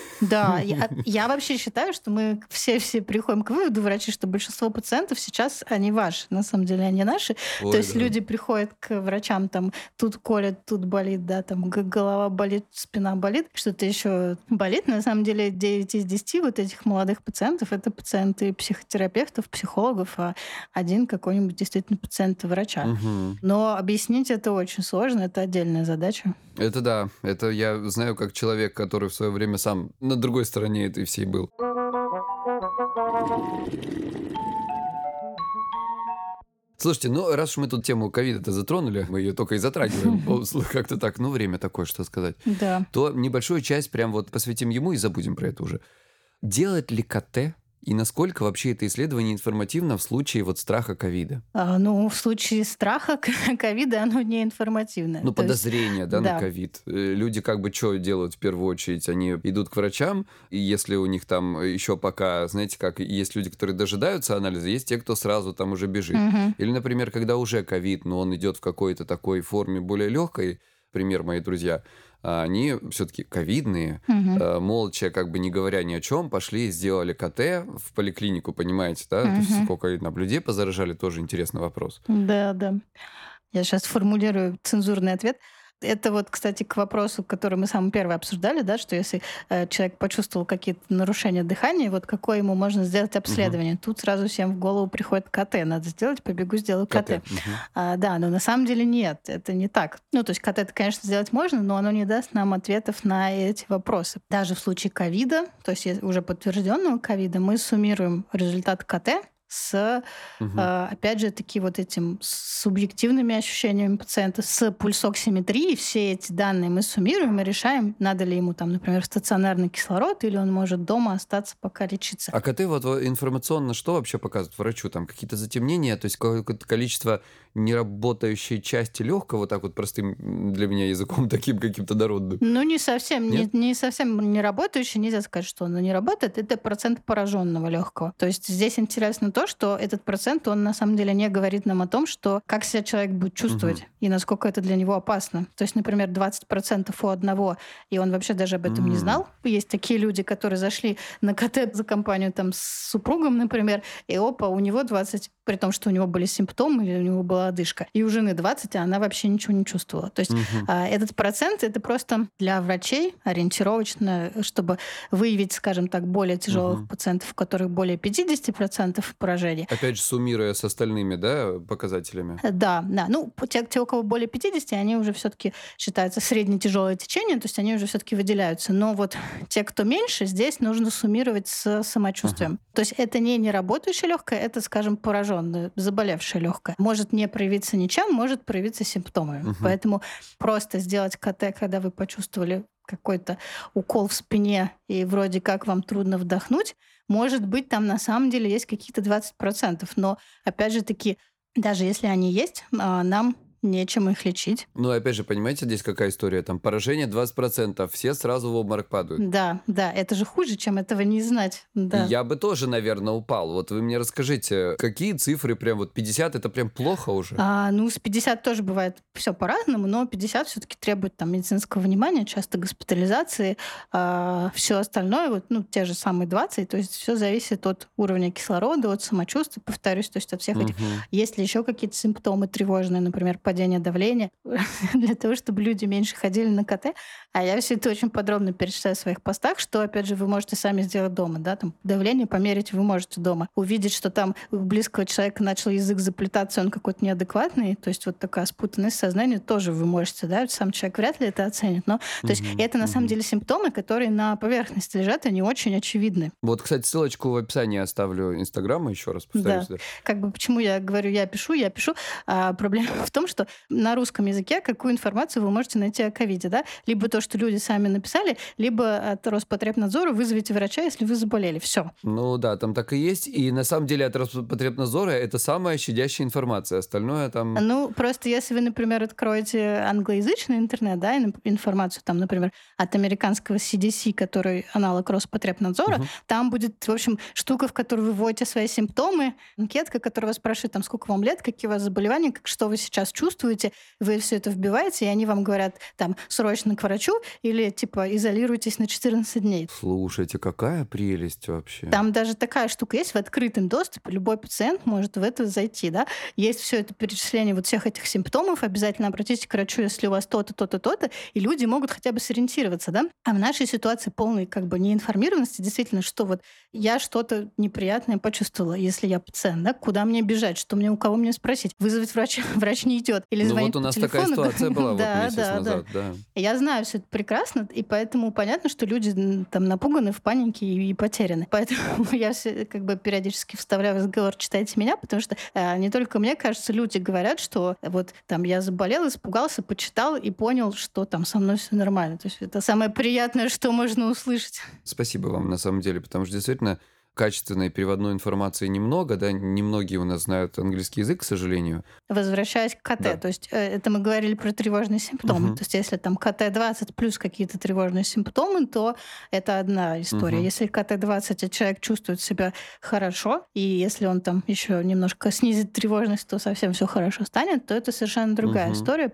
да, я вообще считаю, что мы все приходим к выводу, врачи, что большинство пациентов сейчас, они ваши, на самом деле они наши. То Ой, есть да. люди приходят к врачам, там, тут колят, тут болит, да, там, голова болит, спина болит, что-то еще болит. На самом деле 9 из 10 вот этих молодых пациентов — это пациенты психотерапевтов, психологов, а один какой-нибудь действительно пациент врача. Мгм. Но объяснить это очень сложно, это отдельная задача. Это да, это я знаю как человек, который в свое время сам на другой стороне этой всей был. Слушайте, ну раз уж мы тут тему ковида-то затронули, мы ее только и затрагиваем, как-то так, ну время такое, что сказать, Да. то небольшую часть прям вот посвятим ему и забудем про это уже. Делать ли КТ и насколько вообще это исследование информативно в случае вот страха ковида? Ну, в случае страха ковида оно не информативное. Ну, То есть, подозрения, да, на да. ковид. Люди как бы что делают в первую очередь? Они идут к врачам, и если у них там еще пока, знаете, как есть люди, которые дожидаются анализа, есть те, кто сразу там уже бежит. Мгм. Или, например, когда уже ковид, но он идет в какой-то такой форме более легкой, пример, мои друзья, они все-таки ковидные, Мгм. молча, как бы не говоря ни о чем, пошли и сделали КТ в поликлинику, понимаете, да? То есть Мгм. сколько там людей позаражали, тоже интересный вопрос. Да, да. Я сейчас формулирую цензурный ответ. Это вот, кстати, к вопросу, который мы самый первый обсуждали, да, что если человек почувствовал какие-то нарушения дыхания, вот какое ему можно сделать Мгм. обследование. Тут сразу всем в голову приходит КТ. Надо сделать, побегу, сделаю КТ. КТ. Мгм. Да, но на самом деле нет, это не так. Ну, то есть КТ, это, конечно, сделать можно, но оно не даст нам ответов на эти вопросы. Даже в случае ковида, то есть уже подтвержденного ковида, мы суммируем результат КТ с, Мгм. опять же, таки вот этим субъективными ощущениями пациента, с пульсоксиметрией. Все эти данные мы суммируем и решаем, надо ли ему там, например, стационарный кислород, или он может дома остаться пока лечиться. А КТ вот информационно что вообще показывает врачу? Там какие-то затемнения, то есть какое-то количество неработающей части легкого, вот так вот простым для меня языком, таким каким-то дородным? Ну, не совсем, Нет? не совсем не работающий, нельзя сказать, что он не работает. Это процент пораженного легкого. То есть здесь интересно то, что этот процент, он на самом деле не говорит нам о том, что как себя человек будет Мгм. чувствовать и насколько это для него опасно. То есть, например, 20% у одного, и он вообще даже об этом не М. знал. Есть такие люди, которые зашли на КТ за компанию там с супругом, например, и опа, у него 20, при том, что у него были симптомы, или у него была одышка. И у жены 20, а она вообще ничего не чувствовала. То есть Мгм. этот процент это просто для врачей ориентировочно, чтобы выявить, скажем так, более тяжелых Мгм. пациентов, у которых более 50% поражений. Опять же, суммируя с остальными, да, показателями? Да, да. Ну, те, у кого более 50, они уже все-таки считаются средне-тяжелое течение, то есть они уже все-таки выделяются. Но вот те, кто меньше, здесь нужно суммировать с Ага. самочувствием. То есть это не неработающее легкое, это, скажем, пораженное, заболевшее легкое. Может не проявиться ничем, может проявиться симптомами. Мгм. Поэтому просто сделать КТ, когда вы почувствовали какой-то укол в спине и вроде как вам трудно вдохнуть, может быть, там на самом деле есть какие-то 20%. Но, опять же таки, даже если они есть, нам нечем их лечить. Ну, опять же, понимаете, здесь какая история? Там поражение 20%, все сразу в обморок падают. Да, да, это же хуже, чем этого не знать. Да. Я бы тоже, наверное, упал. Вот вы мне расскажите, какие цифры прям вот 50 это прям плохо уже? Ну, с 50 тоже бывает все по-разному, но 50 все-таки требует там медицинского внимания, часто госпитализации. Все остальное, вот, ну, те же самые 20, то есть все зависит от уровня кислорода, от самочувствия, повторюсь, то есть от всех этих. Мгм. Есть ли еще какие-то симптомы тревожные, например, падение давления, для того, чтобы люди меньше ходили на КТ. А я все это очень подробно перечисляю в своих постах, что, опять же, вы можете сами сделать дома, да, там давление померить вы можете дома. Увидеть, что там у близкого человека начал язык заплетаться, он какой-то неадекватный, то есть вот такая спутанность сознания тоже вы можете, да, сам человек вряд ли это оценит, но, то есть Мгм. это на самом Мгм. деле симптомы, которые на поверхности лежат, они очень очевидны. Вот, кстати, ссылочку в описании оставлю Инстаграма, еще раз повторюсь. Да. Да. Как бы почему я говорю, я пишу, проблема в том, что на русском языке какую информацию вы можете найти о ковиде, да? Либо то, что люди сами написали, либо от Роспотребнадзора вызовите врача, если вы заболели. Все. Ну да, там так и есть. И на самом деле от Роспотребнадзора это самая щадящая информация. Остальное там... Ну, просто если вы, например, откроете англоязычный интернет, да, и информацию, там, например, от американского CDC, который аналог Роспотребнадзора, Мгм. там будет, в общем, штука, в которую вы вводите свои симптомы, анкетка, которая вас спрашивает, там, сколько вам лет, какие у вас заболевания, что вы сейчас чувствуете, вы все это вбиваете, и они вам говорят, там, срочно к врачу или, типа, изолируйтесь на 14 дней. Слушайте, какая прелесть вообще. Там даже такая штука есть в открытом доступе, любой пациент может в это зайти, да. Есть все это перечисление вот всех этих симптомов, обязательно обратитесь к врачу, если у вас то-то, то-то, то-то, и люди могут хотя бы сориентироваться, да. А в нашей ситуации полной как бы неинформированности, действительно, что вот я что-то неприятное почувствовала, если я пациент, да, куда мне бежать, что мне, у кого мне спросить, вызвать врача, врач не идет, или Ну звонить вот у по нас такая телефону. ситуация была вот Да, месяц да, да. назад, да. Я знаю все это прекрасно, и поэтому понятно, что люди там напуганы, в панике и потеряны. Поэтому я все как бы периодически вставляю в разговор «читайте меня», потому что не только мне кажется, люди говорят, что вот там я заболел, испугался, почитал и понял, что там со мной все нормально. То есть это самое приятное, что можно услышать. Спасибо вам на самом деле, потому что действительно качественной переводной информации немного, да, немногие у нас знают английский язык, к сожалению. Возвращаясь к КТ, Да. то есть это мы говорили про тревожные симптомы. Мгм. То есть если там КТ-20 плюс какие-то тревожные симптомы, то это одна история. Мгм. Если КТ-20, и человек чувствует себя хорошо, и если он там еще немножко снизит тревожность, то совсем все хорошо станет, то это совершенно другая Мгм. история.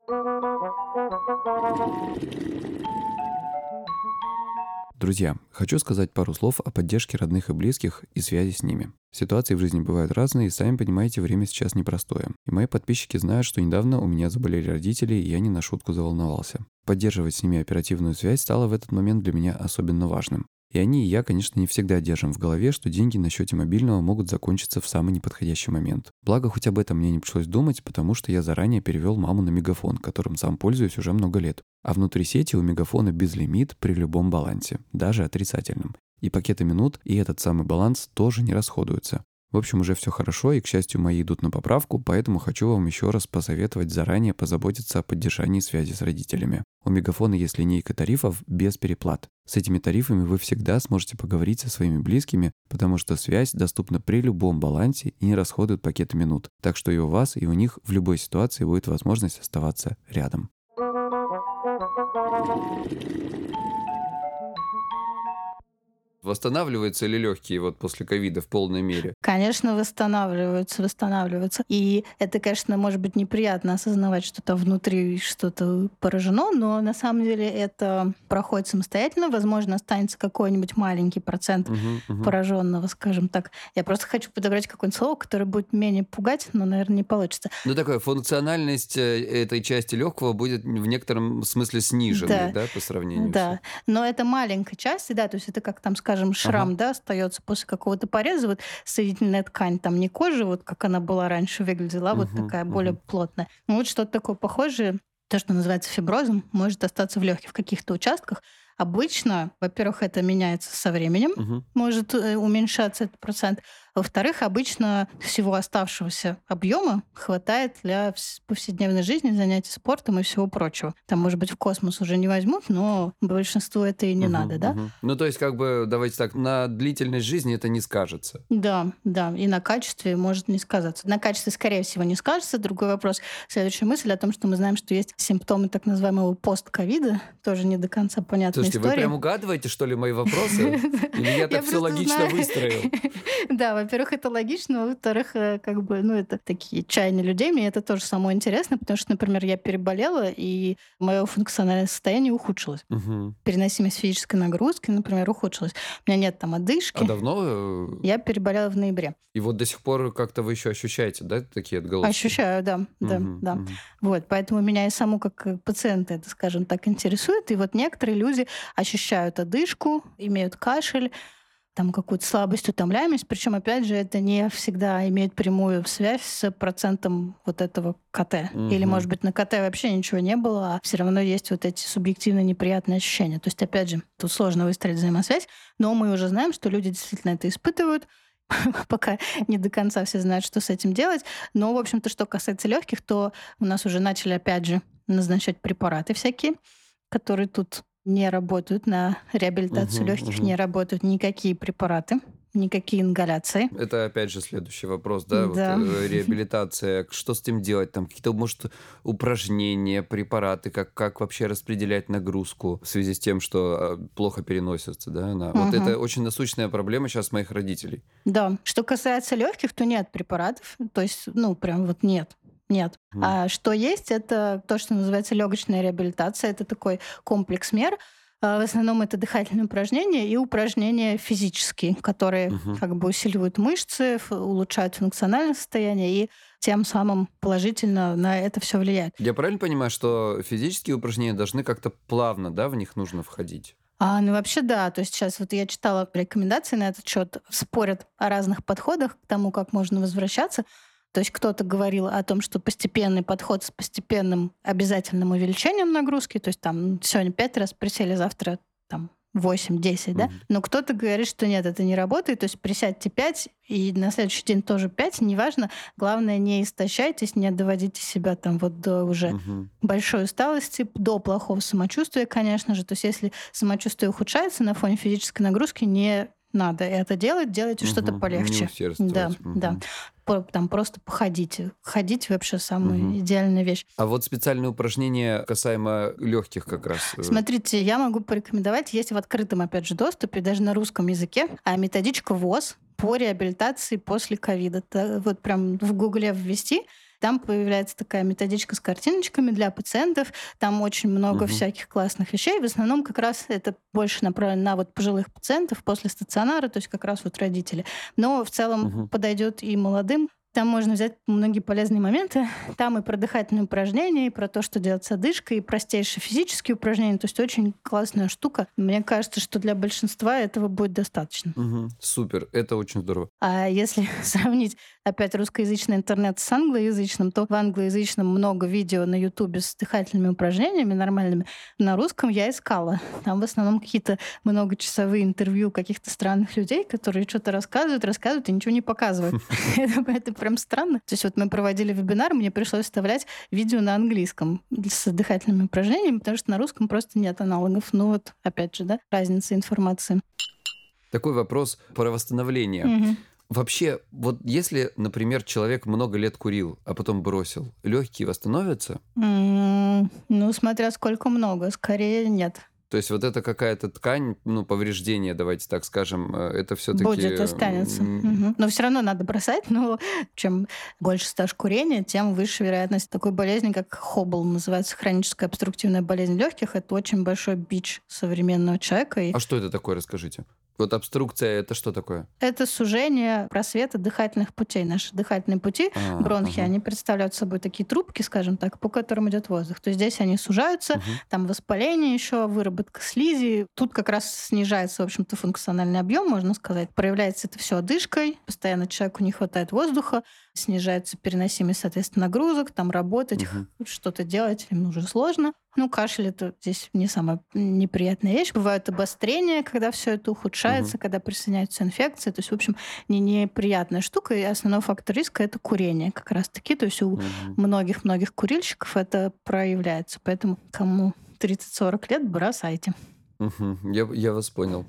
Друзья, хочу сказать пару слов о поддержке родных и близких и связи с ними. Ситуации в жизни бывают разные, и сами понимаете, время сейчас непростое. И мои подписчики знают, что недавно у меня заболели родители, и я не на шутку заволновался. Поддерживать с ними оперативную связь стало в этот момент для меня особенно важным. И они, и я, конечно, не всегда держим в голове, что деньги на счете мобильного могут закончиться в самый неподходящий момент. Благо, хоть об этом мне не пришлось думать, потому что я заранее перевел маму на Мегафон, которым сам пользуюсь уже много лет. А внутри сети у Мегафона безлимит при любом балансе, даже отрицательном. И пакеты минут, и этот самый баланс тоже не расходуются. В общем, уже все хорошо, и, к счастью, мои идут на поправку, поэтому хочу вам еще раз посоветовать заранее позаботиться о поддержании связи с родителями. У Мегафона есть линейка тарифов без переплат. С этими тарифами вы всегда сможете поговорить со своими близкими, потому что связь доступна при любом балансе и не расходует пакеты минут. Так что и у вас, и у них в любой ситуации будет возможность оставаться рядом. Восстанавливаются ли легкие вот после ковида в полной мере? Конечно, восстанавливаются. И это, конечно, может быть неприятно осознавать, что там внутри что-то поражено, но на самом деле это проходит самостоятельно. Возможно, останется какой-нибудь маленький процент пораженного, скажем так. Я просто хочу подобрать какое-нибудь слово, которое будет менее пугать, но, наверное, не получится. Ну, такая функциональность этой части легкого будет в некотором смысле сниженной, да, по сравнению Да, но это маленькая часть, да, то есть это как там, скажем, шрам, да, остается после какого-то пореза, вот соединительная ткань, там не кожа, вот как она была раньше выглядела, а вот такая более плотная. Ну вот что-то такое похожее, то, что называется фиброзом, может остаться в легких в каких-то участках. Обычно, во-первых, это меняется со временем, может уменьшаться этот процент. Во-вторых, обычно всего оставшегося объема хватает для повседневной жизни, занятий спортом и всего прочего. Там, может быть, в космос уже не возьмут, но большинству это и не надо, да? Ну, то есть, как бы, давайте так, на длительность жизни это не скажется. Да, и на качестве может не сказаться. На качестве, скорее всего, не скажется. Другой вопрос. Следующая мысль о том, что мы знаем, что есть симптомы так называемого постковида, тоже не до конца понятная история. Слушайте, вы прям угадываете, что ли, мои вопросы? Или я так все логично выстроил? Да, во-первых, это логично, во-вторых, как бы, ну, это такие чаяния людей, мне это тоже самое интересное, потому что, например, я переболела, и мое функциональное состояние ухудшилось. Переносимость физической нагрузки, например, ухудшилась. У меня нет там одышки. А давно? Я переболела в ноябре. И вот до сих пор как-то вы еще ощущаете, да, такие отголоски? Ощущаю, да. Вот, поэтому меня и саму как пациента это, скажем так, интересует. И вот некоторые люди ощущают одышку, имеют кашель, там какую-то слабость, утомляемость. Причем, опять же, это не всегда имеет прямую связь с процентом вот этого КТ. Или, может быть, на КТ вообще ничего не было, а все равно есть вот эти субъективно неприятные ощущения. То есть, опять же, тут сложно выстроить взаимосвязь, но мы уже знаем, что люди действительно это испытывают. Пока не до конца все знают, что с этим делать. Но, в общем-то, что касается легких, то у нас уже начали, опять же, назначать препараты всякие, которые тут не работают на реабилитацию легких, не работают никакие препараты, никакие ингаляции. Это, опять же, следующий вопрос, да? Вот, реабилитация. Что с этим делать? Там какие-то, может, упражнения, препараты, как вообще распределять нагрузку в связи с тем, что плохо переносится, да? Вот это очень насущная проблема сейчас моих родителей. Да. Что касается легких, то нет препаратов. То есть, ну, прям вот нет. А что есть, это то, что называется легочная реабилитация. Это такой комплекс мер. В основном это дыхательные упражнения и упражнения физические, которые как бы усиливают мышцы, улучшают функциональное состояние и тем самым положительно на это все влияет. Я правильно понимаю, что физические упражнения должны как-то плавно, да, в них нужно входить? Ну, вообще, да. То есть сейчас вот я читала рекомендации на этот счет, спорят о разных подходах к тому, как можно возвращаться. То есть кто-то говорил о том, что постепенный подход с постепенным обязательным увеличением нагрузки, то есть там сегодня 5 раз присели, завтра там 8-10, да? Но кто-то говорит, что нет, это не работает, то есть присядьте 5, и на следующий день тоже 5, неважно. Главное, не истощайтесь, не доводите себя там вот до уже большой усталости, до плохого самочувствия, конечно же. То есть если самочувствие ухудшается на фоне физической нагрузки, не надо это делать, делайте что-то полегче. Да. Там просто походите. Ходить вообще самая идеальная вещь. А вот специальные упражнения касаемо легких как раз. Смотрите, я могу порекомендовать, есть в открытом, опять же, доступе, даже на русском языке, методичка ВОЗ по реабилитации после ковида. Вот прям в Гугле ввести. Там появляется такая методичка с картиночками для пациентов. Там очень много всяких классных вещей. В основном как раз это больше направлено на вот пожилых пациентов после стационара, то есть как раз вот родители. Но в целом подойдет и молодым Там можно взять многие полезные моменты. Там и про дыхательные упражнения, и про то, что делать с одышкой, и простейшие физические упражнения. То есть очень классная штука. Мне кажется, что для большинства этого будет достаточно. Супер, это очень здорово. А если сравнить опять русскоязычный интернет с англоязычным, то в англоязычном много видео на Ютубе с дыхательными упражнениями нормальными. На русском я искала. Там в основном какие-то многочасовые интервью каких-то странных людей, которые что-то рассказывают и ничего не показывают. Это прям странно. То есть вот мы проводили вебинар, мне пришлось вставлять видео на английском с дыхательными упражнениями, потому что на русском просто нет аналогов. Ну вот, опять же, да, разница информации. Такой вопрос про восстановление. Вообще, вот если, например, человек много лет курил, а потом бросил, легкие восстановятся? Ну, смотря сколько много, скорее нет. То есть вот это какая-то ткань, повреждение, давайте так скажем, это все-таки... Будет, останется. Но все равно надо бросать. Но чем больше стаж курения, тем выше вероятность такой болезни, как Хоббл, называется хроническая обструктивная болезнь легких. Это очень большой бич современного человека. А что это такое, расскажите? Вот обструкция — это что такое? Это сужение просвета дыхательных путей. Наши дыхательные пути, бронхи, они представляют собой такие трубки, скажем так, по которым идет воздух. То есть здесь они сужаются, там воспаление еще, выработка слизи. Тут как раз снижается, в общем-то, функциональный объем, можно сказать. Проявляется это все одышкой, постоянно человеку не хватает воздуха, снижается переносимость, соответственно, нагрузок, там работать, что-то делать им уже сложно. Кашель — это здесь не самая неприятная вещь. Бывают обострения, когда все это ухудшается, когда присоединяются инфекции. То есть, в общем, не неприятная штука. И основной фактор риска — это курение как раз-таки. То есть у многих-многих курильщиков это проявляется. Поэтому кому 30-40 лет, бросайте. Я вас понял.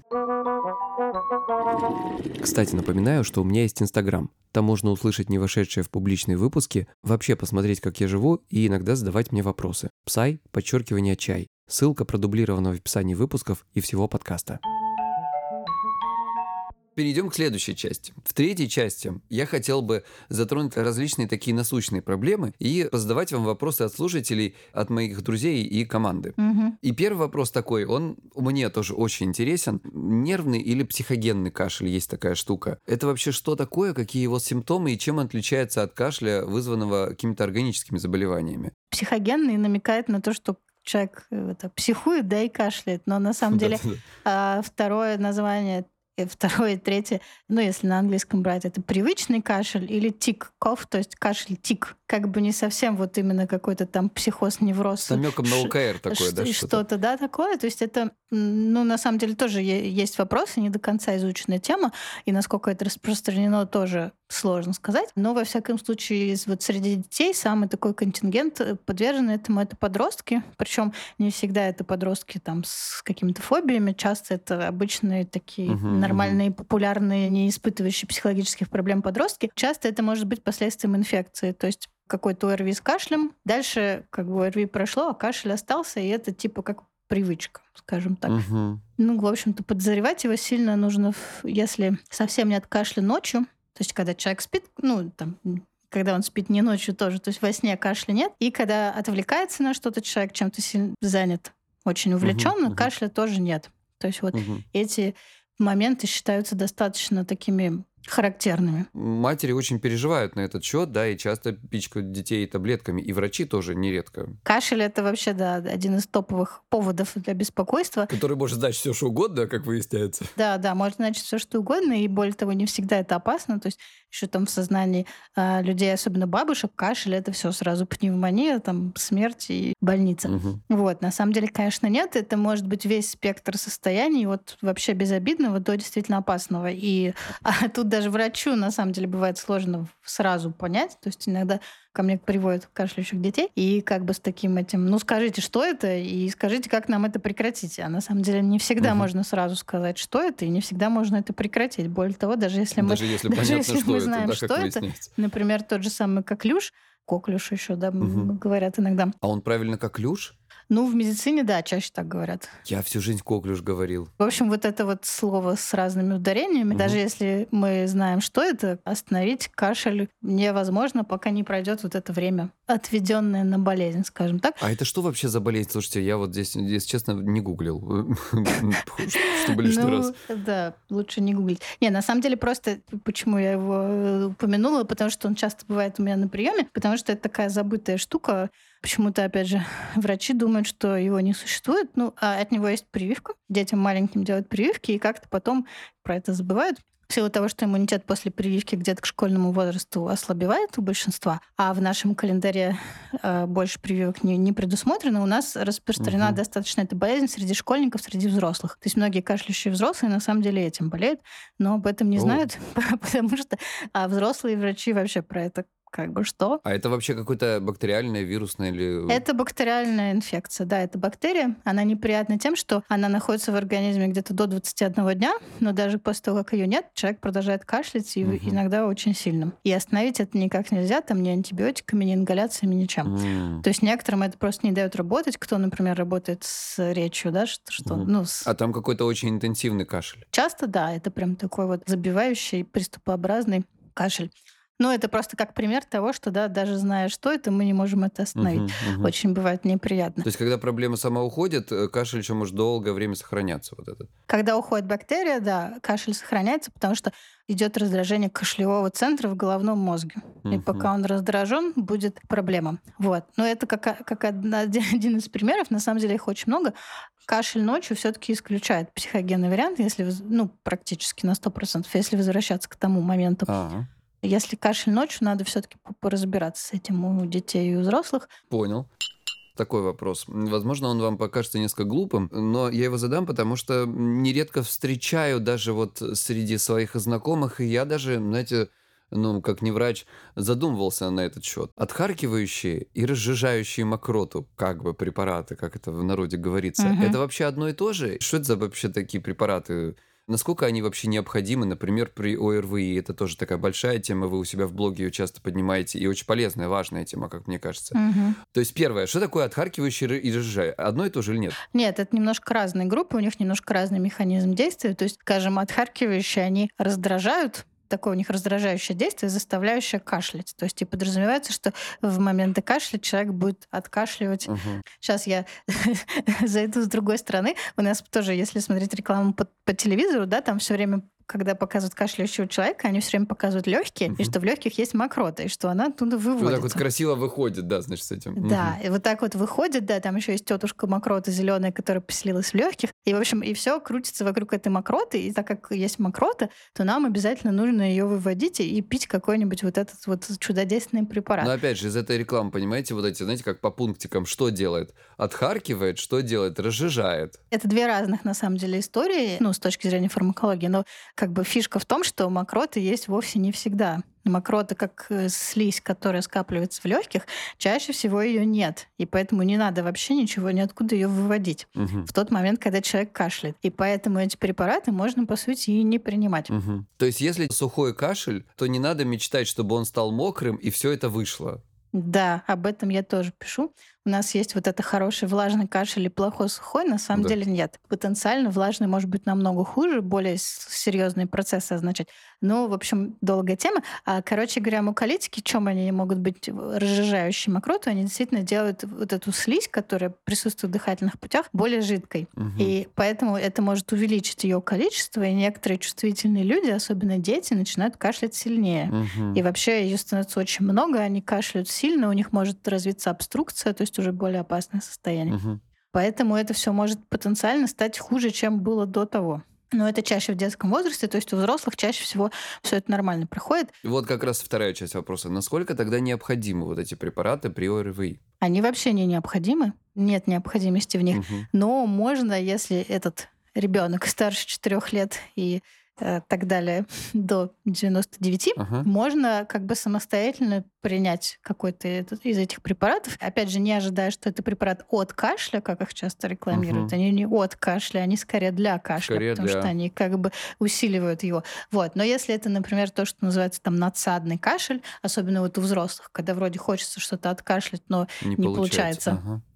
Кстати, напоминаю, что у меня есть Инстаграм. Там можно услышать не вошедшие в публичные выпуски, вообще посмотреть, как я живу, и иногда задавать мне вопросы. Psy_чай. Ссылка продублирована в описании выпусков и всего подкаста. Перейдем к следующей части. В третьей части я хотел бы затронуть различные такие насущные проблемы и задавать вам вопросы от слушателей, от моих друзей и команды. И первый вопрос такой, он мне тоже очень интересен. Нервный или психогенный кашель, есть такая штука. Это вообще что такое, какие его симптомы и чем он отличается от кашля, вызванного какими-то органическими заболеваниями? Психогенный намекает на то, что человек психует, да, и кашляет. Но на самом деле второе название... И второе, третье, если на английском брать, это привычный кашель или тик-коф, то есть кашель-тик. Как бы не совсем вот именно какой-то там психоз, невроз. С намеком на ОКР такое, да? Что-то, да, такое. То есть это, на самом деле тоже есть вопросы, не до конца изученная тема, и насколько это распространено, тоже сложно сказать. Но, во всяком случае, вот среди детей самый такой контингент подвержен этому — это подростки. Причем не всегда это подростки там с какими-то фобиями, часто это обычные такие нормальные, популярные, не испытывающие психологических проблем подростки. Часто это может быть последствием инфекции. То есть какой-то ОРВИ с кашлем. Дальше ОРВИ прошло, а кашель остался, и это типа как привычка, скажем так. В общем-то, подозревать его сильно нужно, если совсем нет кашля ночью, то есть когда человек спит, когда он спит не ночью тоже, то есть во сне кашля нет, и когда отвлекается на что-то человек, чем-то сильно занят, очень увлечён, кашля тоже нет. То есть вот эти моменты считаются достаточно такими характерными. Матери очень переживают на этот счет, да, и часто пичкают детей таблетками, и врачи тоже нередко. Кашель — это вообще, да, один из топовых поводов для беспокойства. Который может значить все, что угодно, как выясняется. Да, может значить все, что угодно, и более того, не всегда это опасно. То есть еще там в сознании людей, особенно бабушек, кашель — это все сразу пневмония, там смерть и больница. Вот, на самом деле, конечно, нет. Это может быть весь спектр состояний, от вообще безобидного до действительно опасного. И тут даже врачу, на самом деле, бывает сложно сразу понять. То есть иногда ко мне приводят кашляющих детей, и как бы с таким этим, скажите, что это, и скажите, как нам это прекратить. А на самом деле не всегда можно сразу сказать, что это, и не всегда можно это прекратить. Более того, даже если мы знаем, что это, например, тот же самый коклюш, еще, да, говорят иногда. А он правильно коклюш? Ну, в медицине, да, чаще так говорят. Я всю жизнь коклюш говорил. В общем, вот это вот слово с разными ударениями, даже если мы знаем, что это, остановить кашель невозможно, пока не пройдет вот это время, отведенное на болезнь, скажем так. А это что вообще за болезнь? Слушайте, я вот здесь, если честно, не гуглил, чтобы лишний раз. Да, лучше не гуглить. Не, на самом деле просто, почему я его упомянула, потому что он часто бывает у меня на приеме, потому что это такая забытая штука. Почему-то, опять же, врачи думают, что его не существует, а от него есть прививка. Детям маленьким делают прививки, и как-то потом про это забывают. В силу того, что иммунитет после прививки где-то к школьному возрасту ослабевает у большинства, а в нашем календаре больше прививок не предусмотрено, у нас распространена достаточно эта болезнь среди школьников, среди взрослых. То есть многие кашляющие взрослые на самом деле этим болеют, но об этом не знают, потому что взрослые врачи вообще про это как бы что. А это вообще какое-то бактериальное, вирусное или... Это бактериальная инфекция, да, это бактерия. Она неприятна тем, что она находится в организме где-то до 21 дня, но даже после того, как ее нет, человек продолжает кашлять, и иногда очень сильно. И остановить это никак нельзя, там ни антибиотиками, ни ингаляциями, ничем. То есть некоторым это просто не дает работать. Кто, например, работает с речью, да, А там какой-то очень интенсивный кашель? Часто, да, это прям такой вот забивающий, приступообразный кашель. Но это просто как пример того, что, да, даже зная, что это, мы не можем это остановить. Очень бывает неприятно. То есть, когда проблема сама уходит, кашель еще может долгое время сохраняться. Вот этот. Когда уходит бактерия, да, кашель сохраняется, потому что идет раздражение кашлевого центра в головном мозге. И пока он раздражен, будет проблема. Вот. Но это как один из примеров, на самом деле их очень много. Кашель ночью все-таки исключает психогенный вариант, если, практически на 100%, если возвращаться к тому моменту. Если кашель ночью, надо все-таки поразбираться с этим у детей и у взрослых. Понял. Такой вопрос. Возможно, он вам покажется несколько глупым, но я его задам, потому что нередко встречаю даже вот среди своих знакомых, и я даже, знаете, как не врач, задумывался на этот счет. Отхаркивающие и разжижающие мокроту, как бы препараты, как это в народе говорится, это вообще одно и то же? Что это за вообще такие препараты? Насколько они вообще необходимы, например, при ОРВИ? Это тоже такая большая тема, вы у себя в блоге ее часто поднимаете, и очень полезная, важная тема, как мне кажется. То есть первое, что такое отхаркивающий и разжижающий? Одно и то же или нет? Нет, это немножко разные группы, у них немножко разный механизм действия. То есть, скажем, отхаркивающие, они раздражают, такое у них раздражающее действие, заставляющее кашлять. То есть и подразумевается, что в моменты кашля человек будет откашливать. Сейчас я зайду с другой стороны. У нас тоже, если смотреть рекламу по телевизору, да, там все время, когда показывают кашляющего человека, они все время показывают легкие, и что в легких есть мокрота, и что она оттуда выводится. Вот так вот красиво выходит, да, значит, с этим. Да, и вот так вот выходит, да, там еще есть тетушка мокрота зеленая, которая поселилась в легких. И, в общем, и все крутится вокруг этой мокроты. И так как есть мокрота, то нам обязательно нужно ее выводить и пить какой-нибудь вот этот вот чудодейственный препарат. Но опять же, из этой рекламы, понимаете, вот эти, знаете, как по пунктикам, что делает? Отхаркивает, что делает? Разжижает. Это две разных, на самом деле, истории, с точки зрения фармакологии. Но как бы фишка в том, что мокроты есть вовсе не всегда. Мокрота, как слизь, которая скапливается в легких, чаще всего ее нет. И поэтому не надо вообще ничего, ниоткуда ее выводить в тот момент, когда человек кашляет. И поэтому эти препараты можно, по сути, и не принимать. То есть, если сухой кашель, то не надо мечтать, чтобы он стал мокрым, и все это вышло. Да, об этом я тоже пишу. У нас есть вот это хороший влажный кашель и плохой сухой. На самом деле нет. Потенциально влажный может быть намного хуже, более серьезные процессы означать. Ну, в общем, долгая тема. Короче говоря, муколитики, чем они могут быть разжижающие мокроту, они действительно делают вот эту слизь, которая присутствует в дыхательных путях, более жидкой. И поэтому это может увеличить ее количество, и некоторые чувствительные люди, особенно дети, начинают кашлять сильнее. И вообще ее становится очень много, они кашляют сильно, у них может развиться обструкция, то есть уже более опасное состояние. Поэтому это все может потенциально стать хуже, чем было до того. Но это чаще в детском возрасте, то есть у взрослых чаще всего все это нормально проходит. Вот как раз вторая часть вопроса. Насколько тогда необходимы вот эти препараты при ОРВИ? Они вообще не необходимы, нет необходимости в них. Но можно, если этот ребенок старше 4 лет и так далее, до 99, можно как бы самостоятельно принять какой-то из этих препаратов. Опять же, не ожидая, что это препарат от кашля, как их часто рекламируют. Они не от кашля, они скорее для кашля, потому что они как бы усиливают его. Вот. Но если это, например, то, что называется там надсадный кашель, особенно вот у взрослых, когда вроде хочется что-то откашлять, но не получается.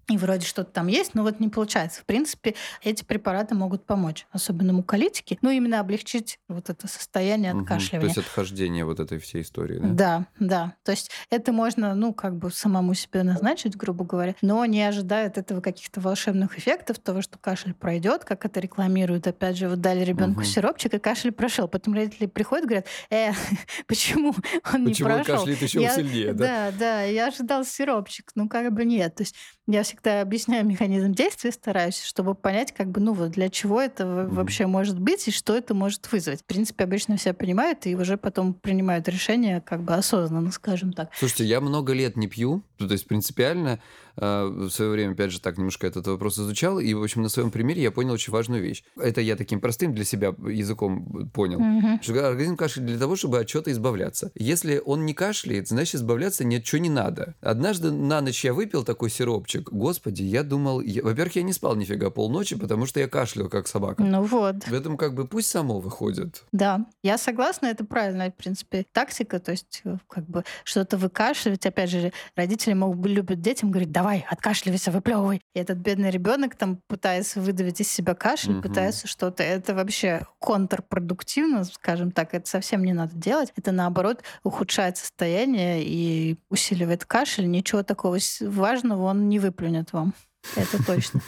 и вроде что-то там есть, но вот не получается. В принципе, эти препараты могут помочь, особенно муколитики, ну, именно облегчить вот это состояние То откашливания. есть отхождение вот этой всей истории, да? Да, да. То есть это можно, ну, как бы самому себе назначить, грубо говоря, но не ожидая от этого каких-то волшебных эффектов, того, что кашель пройдет, как это рекламируют. Опять же, вот дали ребенку Мгм. сиропчик, и кашель прошел. Потом родители приходят, говорят, почему он не Почему он прошел? кашляет еще сильнее, да? Да, да, я ожидал сиропчик. Ну, как бы нет. То есть я всегда объясняю механизм действия, стараюсь, чтобы понять, как бы, ну, вот для чего это Мгм. вообще может быть и что это может вызвать. В принципе, обычно все понимают и уже потом принимают решение как бы осознанно, скажем так. Слушайте, я много лет не пью, ну, то есть принципиально в свое время, опять же, так немножко этот вопрос изучал, и, в общем, на своем примере я понял очень важную вещь. Это я таким простым для себя языком понял. Мгм. Что организм кашляет для того, чтобы от чего-то избавляться. Если он не кашляет, значит, избавляться ни от чего не надо. Однажды на ночь я выпил такой сиропчик. Господи, я думал... Во-первых, я не спал нифига полночи, потому что я кашлял, как собака. Ну вот. В этом как бы пусть само выходит. Да, я согласна, это правильная, в принципе, тактика, то есть как бы что-то выкашливать. Опять же, родители любят детям говорить, давай, откашливайся, выплевывай. И этот бедный ребенок там пытается выдавить из себя кашель, Мгм. пытается что-то. Это вообще контрпродуктивно, скажем так, это совсем не надо делать. Это наоборот ухудшает состояние и усиливает кашель. Ничего такого важного он не выплюнет вам. Это точно.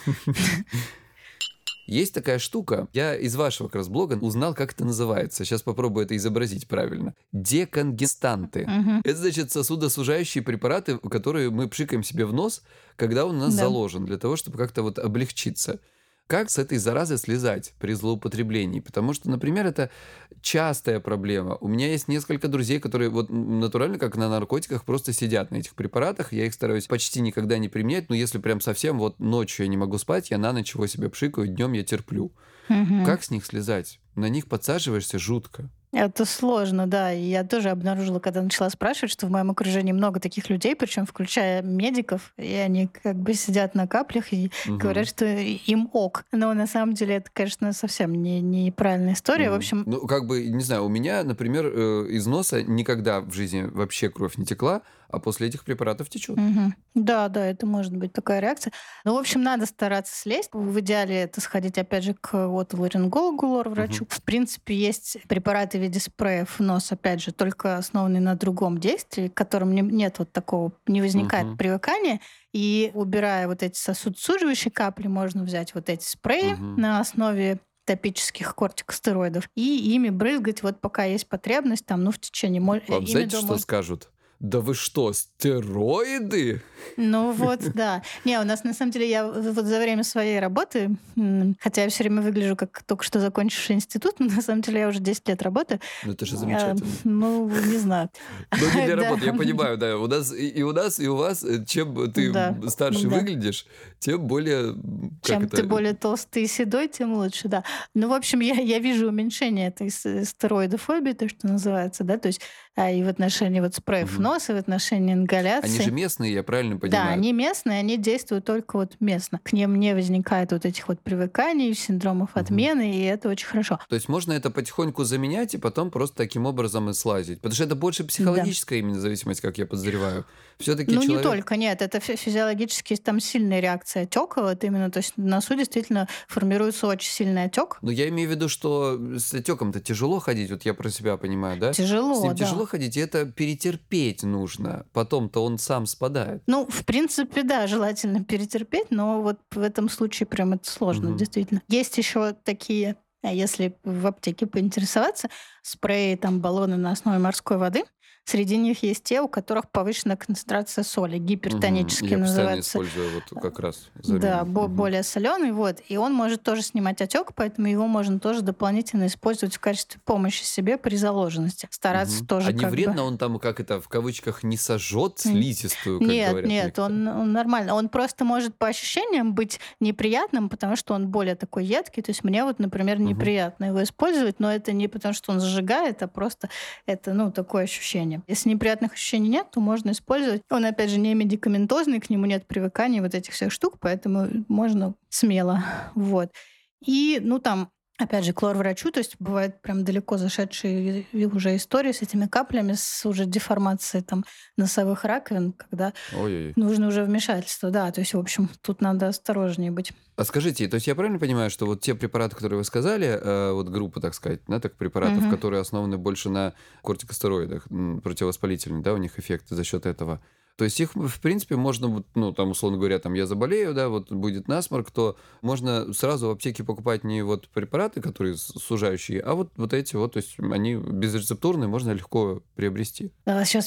Есть такая штука, я из вашего как раз блога узнал, как это называется. Сейчас попробую это изобразить правильно. Деконгестанты. Мгм. Это значит сосудосужающие препараты, которые мы пшикаем себе в нос, когда он у нас Да. заложен, для того, чтобы как-то вот облегчиться. Как с этой заразы слезать при злоупотреблении? Потому что, например, это частая проблема. У меня есть несколько друзей, которые вот натурально, как на наркотиках, просто сидят на этих препаратах. Я их стараюсь почти никогда не применять, но если прям совсем вот ночью я не могу спать, я на ночь его себе пшикаю, днем я терплю. Мгм. Как с них слезать? На них подсаживаешься жутко. Это сложно, да. И я тоже обнаружила, когда начала спрашивать, что в моем окружении много таких людей, причем включая медиков, и они как бы сидят на каплях и говорят, что им ок. Но на самом деле это, конечно, совсем неправильная история. В общем, Ну, как бы, не знаю, у меня, например, из носа никогда в жизни вообще кровь не текла, а после этих препаратов течет. мгм. Да, да, это может быть такая реакция. Ну, в общем, надо стараться слезть. В идеале это сходить, опять же, к отоларингологу, лор-врачу. В принципе, есть препараты в виде спреев в нос, опять же, только основанные на другом действии, к которым нет вот такого, не возникает Мгм. привыкания. И убирая вот эти сосудосуживающие капли, можно взять вот эти спреи Мгм. на основе топических кортикостероидов и ими брызгать вот пока есть потребность, там, ну, в течение... Вам знаете, что скажут? Да вы что, стероиды? Ну вот, да. Не, у нас на самом деле я вот за время своей работы, хотя я все время выгляжу как только что закончивший институт, но на самом деле я уже 10 лет работаю. Ну, это же замечательно. Ну, не знаю. Ну, не для Да. работы, я понимаю, да. У нас и у нас, и у вас, чем ты Да, старше да. выглядишь, тем более, как Чем это... ты более толстый и седой, тем лучше, да. Ну, в общем, я вижу уменьшение этой стероидофобии, то, что называется, да, то есть и в отношении вот спреев Мгм. носа, и в отношении Они ингаляции. же местные, я правильно Да, понимаю? они местные, они действуют только вот местно. К ним не возникает вот этих вот привыканий, синдромов отмены, и это очень хорошо. То есть можно это потихоньку заменять и потом просто таким образом и слазить. Потому что это больше психологическая именно зависимость, как я подозреваю. Все-таки Ну, не человек... только, нет, это физиологически там сильная реакция отека, вот именно, то есть на носу действительно формируется очень сильный отек. Но я имею в виду, что с отеком-то тяжело ходить, вот я про себя понимаю, да? С Тяжело, ним да. тяжело ходить, и это перетерпеть нужно. Потом-то он сам спадает. Ну, в принципе, да, желательно перетерпеть, но вот в этом случае прям это сложно, Мгм. действительно. Есть еще такие, если в аптеке поинтересоваться, спреи, там, баллоны на основе морской воды. Среди них есть те, у которых повышенная концентрация соли, гипертонические Я постоянно называются. использую вот как раз Да, замену. более соленый, вот. И он может тоже снимать отек, поэтому его можно тоже дополнительно использовать в качестве помощи себе при заложенности. Стараться тоже А не как бы... вредно он там, как это, в кавычках, не сожжет слизистую, как Нет, говорят нет, некоторые? он нормально. Он просто может по ощущениям быть неприятным, потому что он более такой едкий. То есть мне вот, например, неприятно его использовать, но это не потому, что он зажигает, а просто это, ну, такое ощущение. Если неприятных ощущений нет, то можно использовать. Он, опять же, не медикаментозный, к нему нет привыкания вот этих всех штук, поэтому можно смело. Вот. И, ну, там, Опять же, к лор-врачу, то есть бывают прям далеко зашедшие уже истории с этими каплями, с уже деформацией там носовых раковин, когда Ой-ой-ой. нужно уже вмешательство. Да, то есть, в общем, тут надо осторожнее быть. А скажите, то есть я правильно понимаю, что вот те препараты, которые вы сказали, вот группа, так сказать, да, так препаратов, Мгм. которые основаны больше на кортикостероидах, противовоспалительных, да, у них эффекты за счет этого. То есть их, в принципе, можно, вот, ну, там, условно говоря, там, я заболею, да, вот будет насморк, то можно сразу в аптеке покупать не вот препараты, которые сужающие, а вот эти вот, то есть они безрецептурные, можно легко приобрести. Сейчас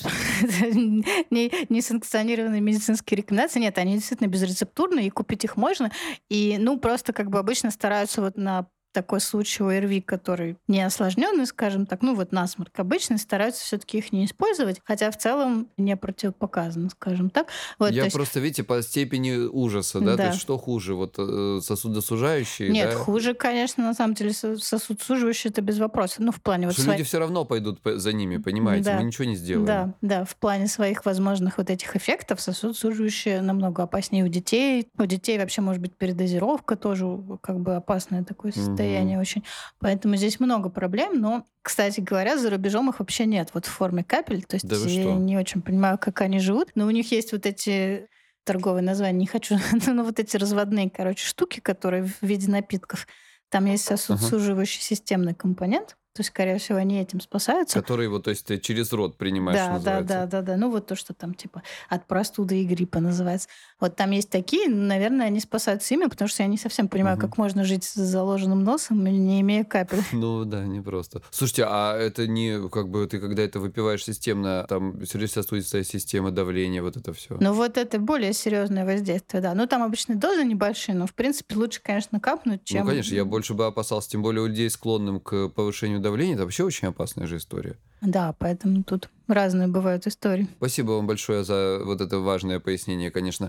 несанкционированные медицинские рекомендации. Нет, они действительно безрецептурные, и купить их можно. И, ну, просто как бы обычно стараются вот на такой случай ОРВИ, который не осложненный, скажем так, ну вот насморк, обычно стараются все-таки их не использовать, хотя в целом не противопоказано, скажем так. Вот, то Я есть, просто, видите, по степени ужаса, да, то есть да. что хуже, вот сосудосужающие, Нет, да. хуже, конечно, на самом деле сосудосуживающий это без вопросов. Ну, в плане вот Что люди все равно пойдут за ними, понимаете? Мы Да, ничего не сделаем. да, да. В плане своих возможных вот этих эффектов сосудосуживающие намного опаснее у детей. У детей вообще может быть передозировка тоже как бы опасное такое Мгм. состояние очень. Поэтому здесь много проблем, но, кстати говоря, за рубежом их вообще нет вот в форме капель. То Да есть вы я что? не очень понимаю, как они живут, но у них есть вот эти торговые названия, не хочу, но вот эти разводные, короче, штуки, которые в виде напитков. Там есть Ага. сосудосуживающий системный компонент, то есть, скорее всего, они этим спасаются. Который вот, то есть ты через рот принимаешь, что Да, да, называется. да, да, да. Ну, вот то, что там типа от простуды и гриппа называется. Вот там есть такие, наверное, они спасаются ими, потому что я не совсем понимаю, Мгм. как можно жить с заложенным носом, не имея капель. Ну да, непросто. Слушайте, а это не как бы ты когда это выпиваешь системно, там сердечно-сосудистая система, давление, вот это все. Но вот это более серьезное воздействие, да. Ну, там обычно дозы небольшие, но, в принципе, лучше, конечно, капнуть, Ну, конечно, я чем... больше бы опасался, тем более у людей, склонным к повышению давления, это вообще очень опасная же история. Да, поэтому тут разные бывают истории. Спасибо вам большое за вот это важное пояснение, конечно.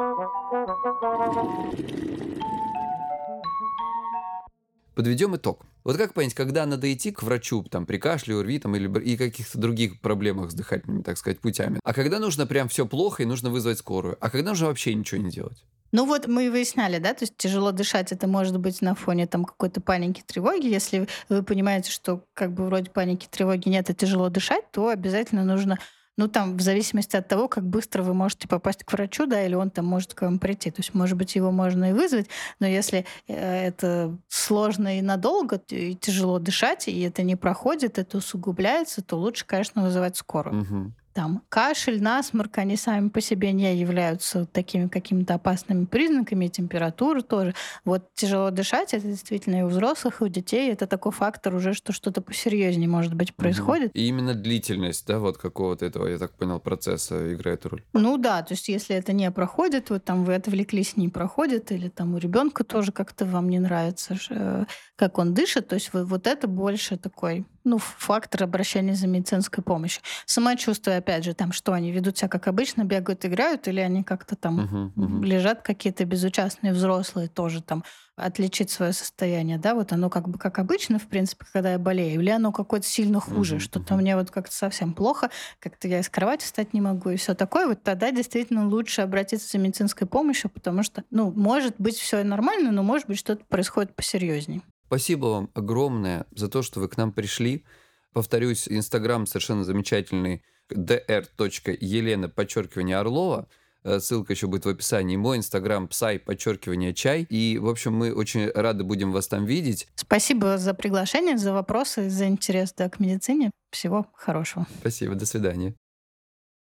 Подведем итог. Вот как понять, когда надо идти к врачу там, при кашле, ОРВИ там, или и каких-то других проблемах с дыхательными, так сказать, путями? А когда нужно прям все плохо и нужно вызвать скорую? А когда нужно вообще ничего не делать? Ну вот мы и выясняли, да, то есть тяжело дышать это может быть на фоне там какой-то паники, тревоги. Если вы понимаете, что как бы вроде паники, тревоги нет, и тяжело дышать, то обязательно нужно, ну там в зависимости от того, как быстро вы можете попасть к врачу, да, или он там может к вам прийти. То есть, может быть, его можно и вызвать, но если это сложно и надолго, и тяжело дышать, и это не проходит, это усугубляется, то лучше, конечно, вызывать скорую. Мгм. Там кашель, насморк, они сами по себе не являются такими какими-то опасными признаками, и температура тоже. Вот тяжело дышать, это действительно и у взрослых, и у детей. Это такой фактор уже, что что-то посерьезнее, может быть, Мгм. происходит. И именно длительность, да, вот какого-то этого, я так понял, процесса играет роль. Ну да, то есть если это не проходит, вот там вы отвлеклись, не проходит, или там у ребенка тоже как-то вам не нравится, как он дышит, то есть вот это больше такой, ну, фактор обращения за медицинской помощью. Самочувствие, опять же, там, что они ведут себя как обычно, бегают, играют, или они как-то там Мгм, мгм. лежат какие-то безучастные взрослые, тоже там отличить свое состояние, да, вот оно как бы как обычно, в принципе, когда я болею, или оно какое-то сильно хуже, Мгм, что-то мгм. мне вот как-то совсем плохо, как-то я из кровати встать не могу и все такое, вот тогда действительно лучше обратиться за медицинской помощью, потому что, ну, может быть, все нормально, но может быть, что-то происходит посерьезнее. Спасибо вам огромное за то, что вы к нам пришли. Повторюсь, Инстаграм совершенно замечательный dr.елена_Орлова. Ссылка еще будет в описании. Мой Инстаграм psy_чай. И, в общем, мы очень рады будем вас там видеть. Спасибо за приглашение, за вопросы, за интерес, да, к медицине. Всего хорошего. Спасибо, до свидания.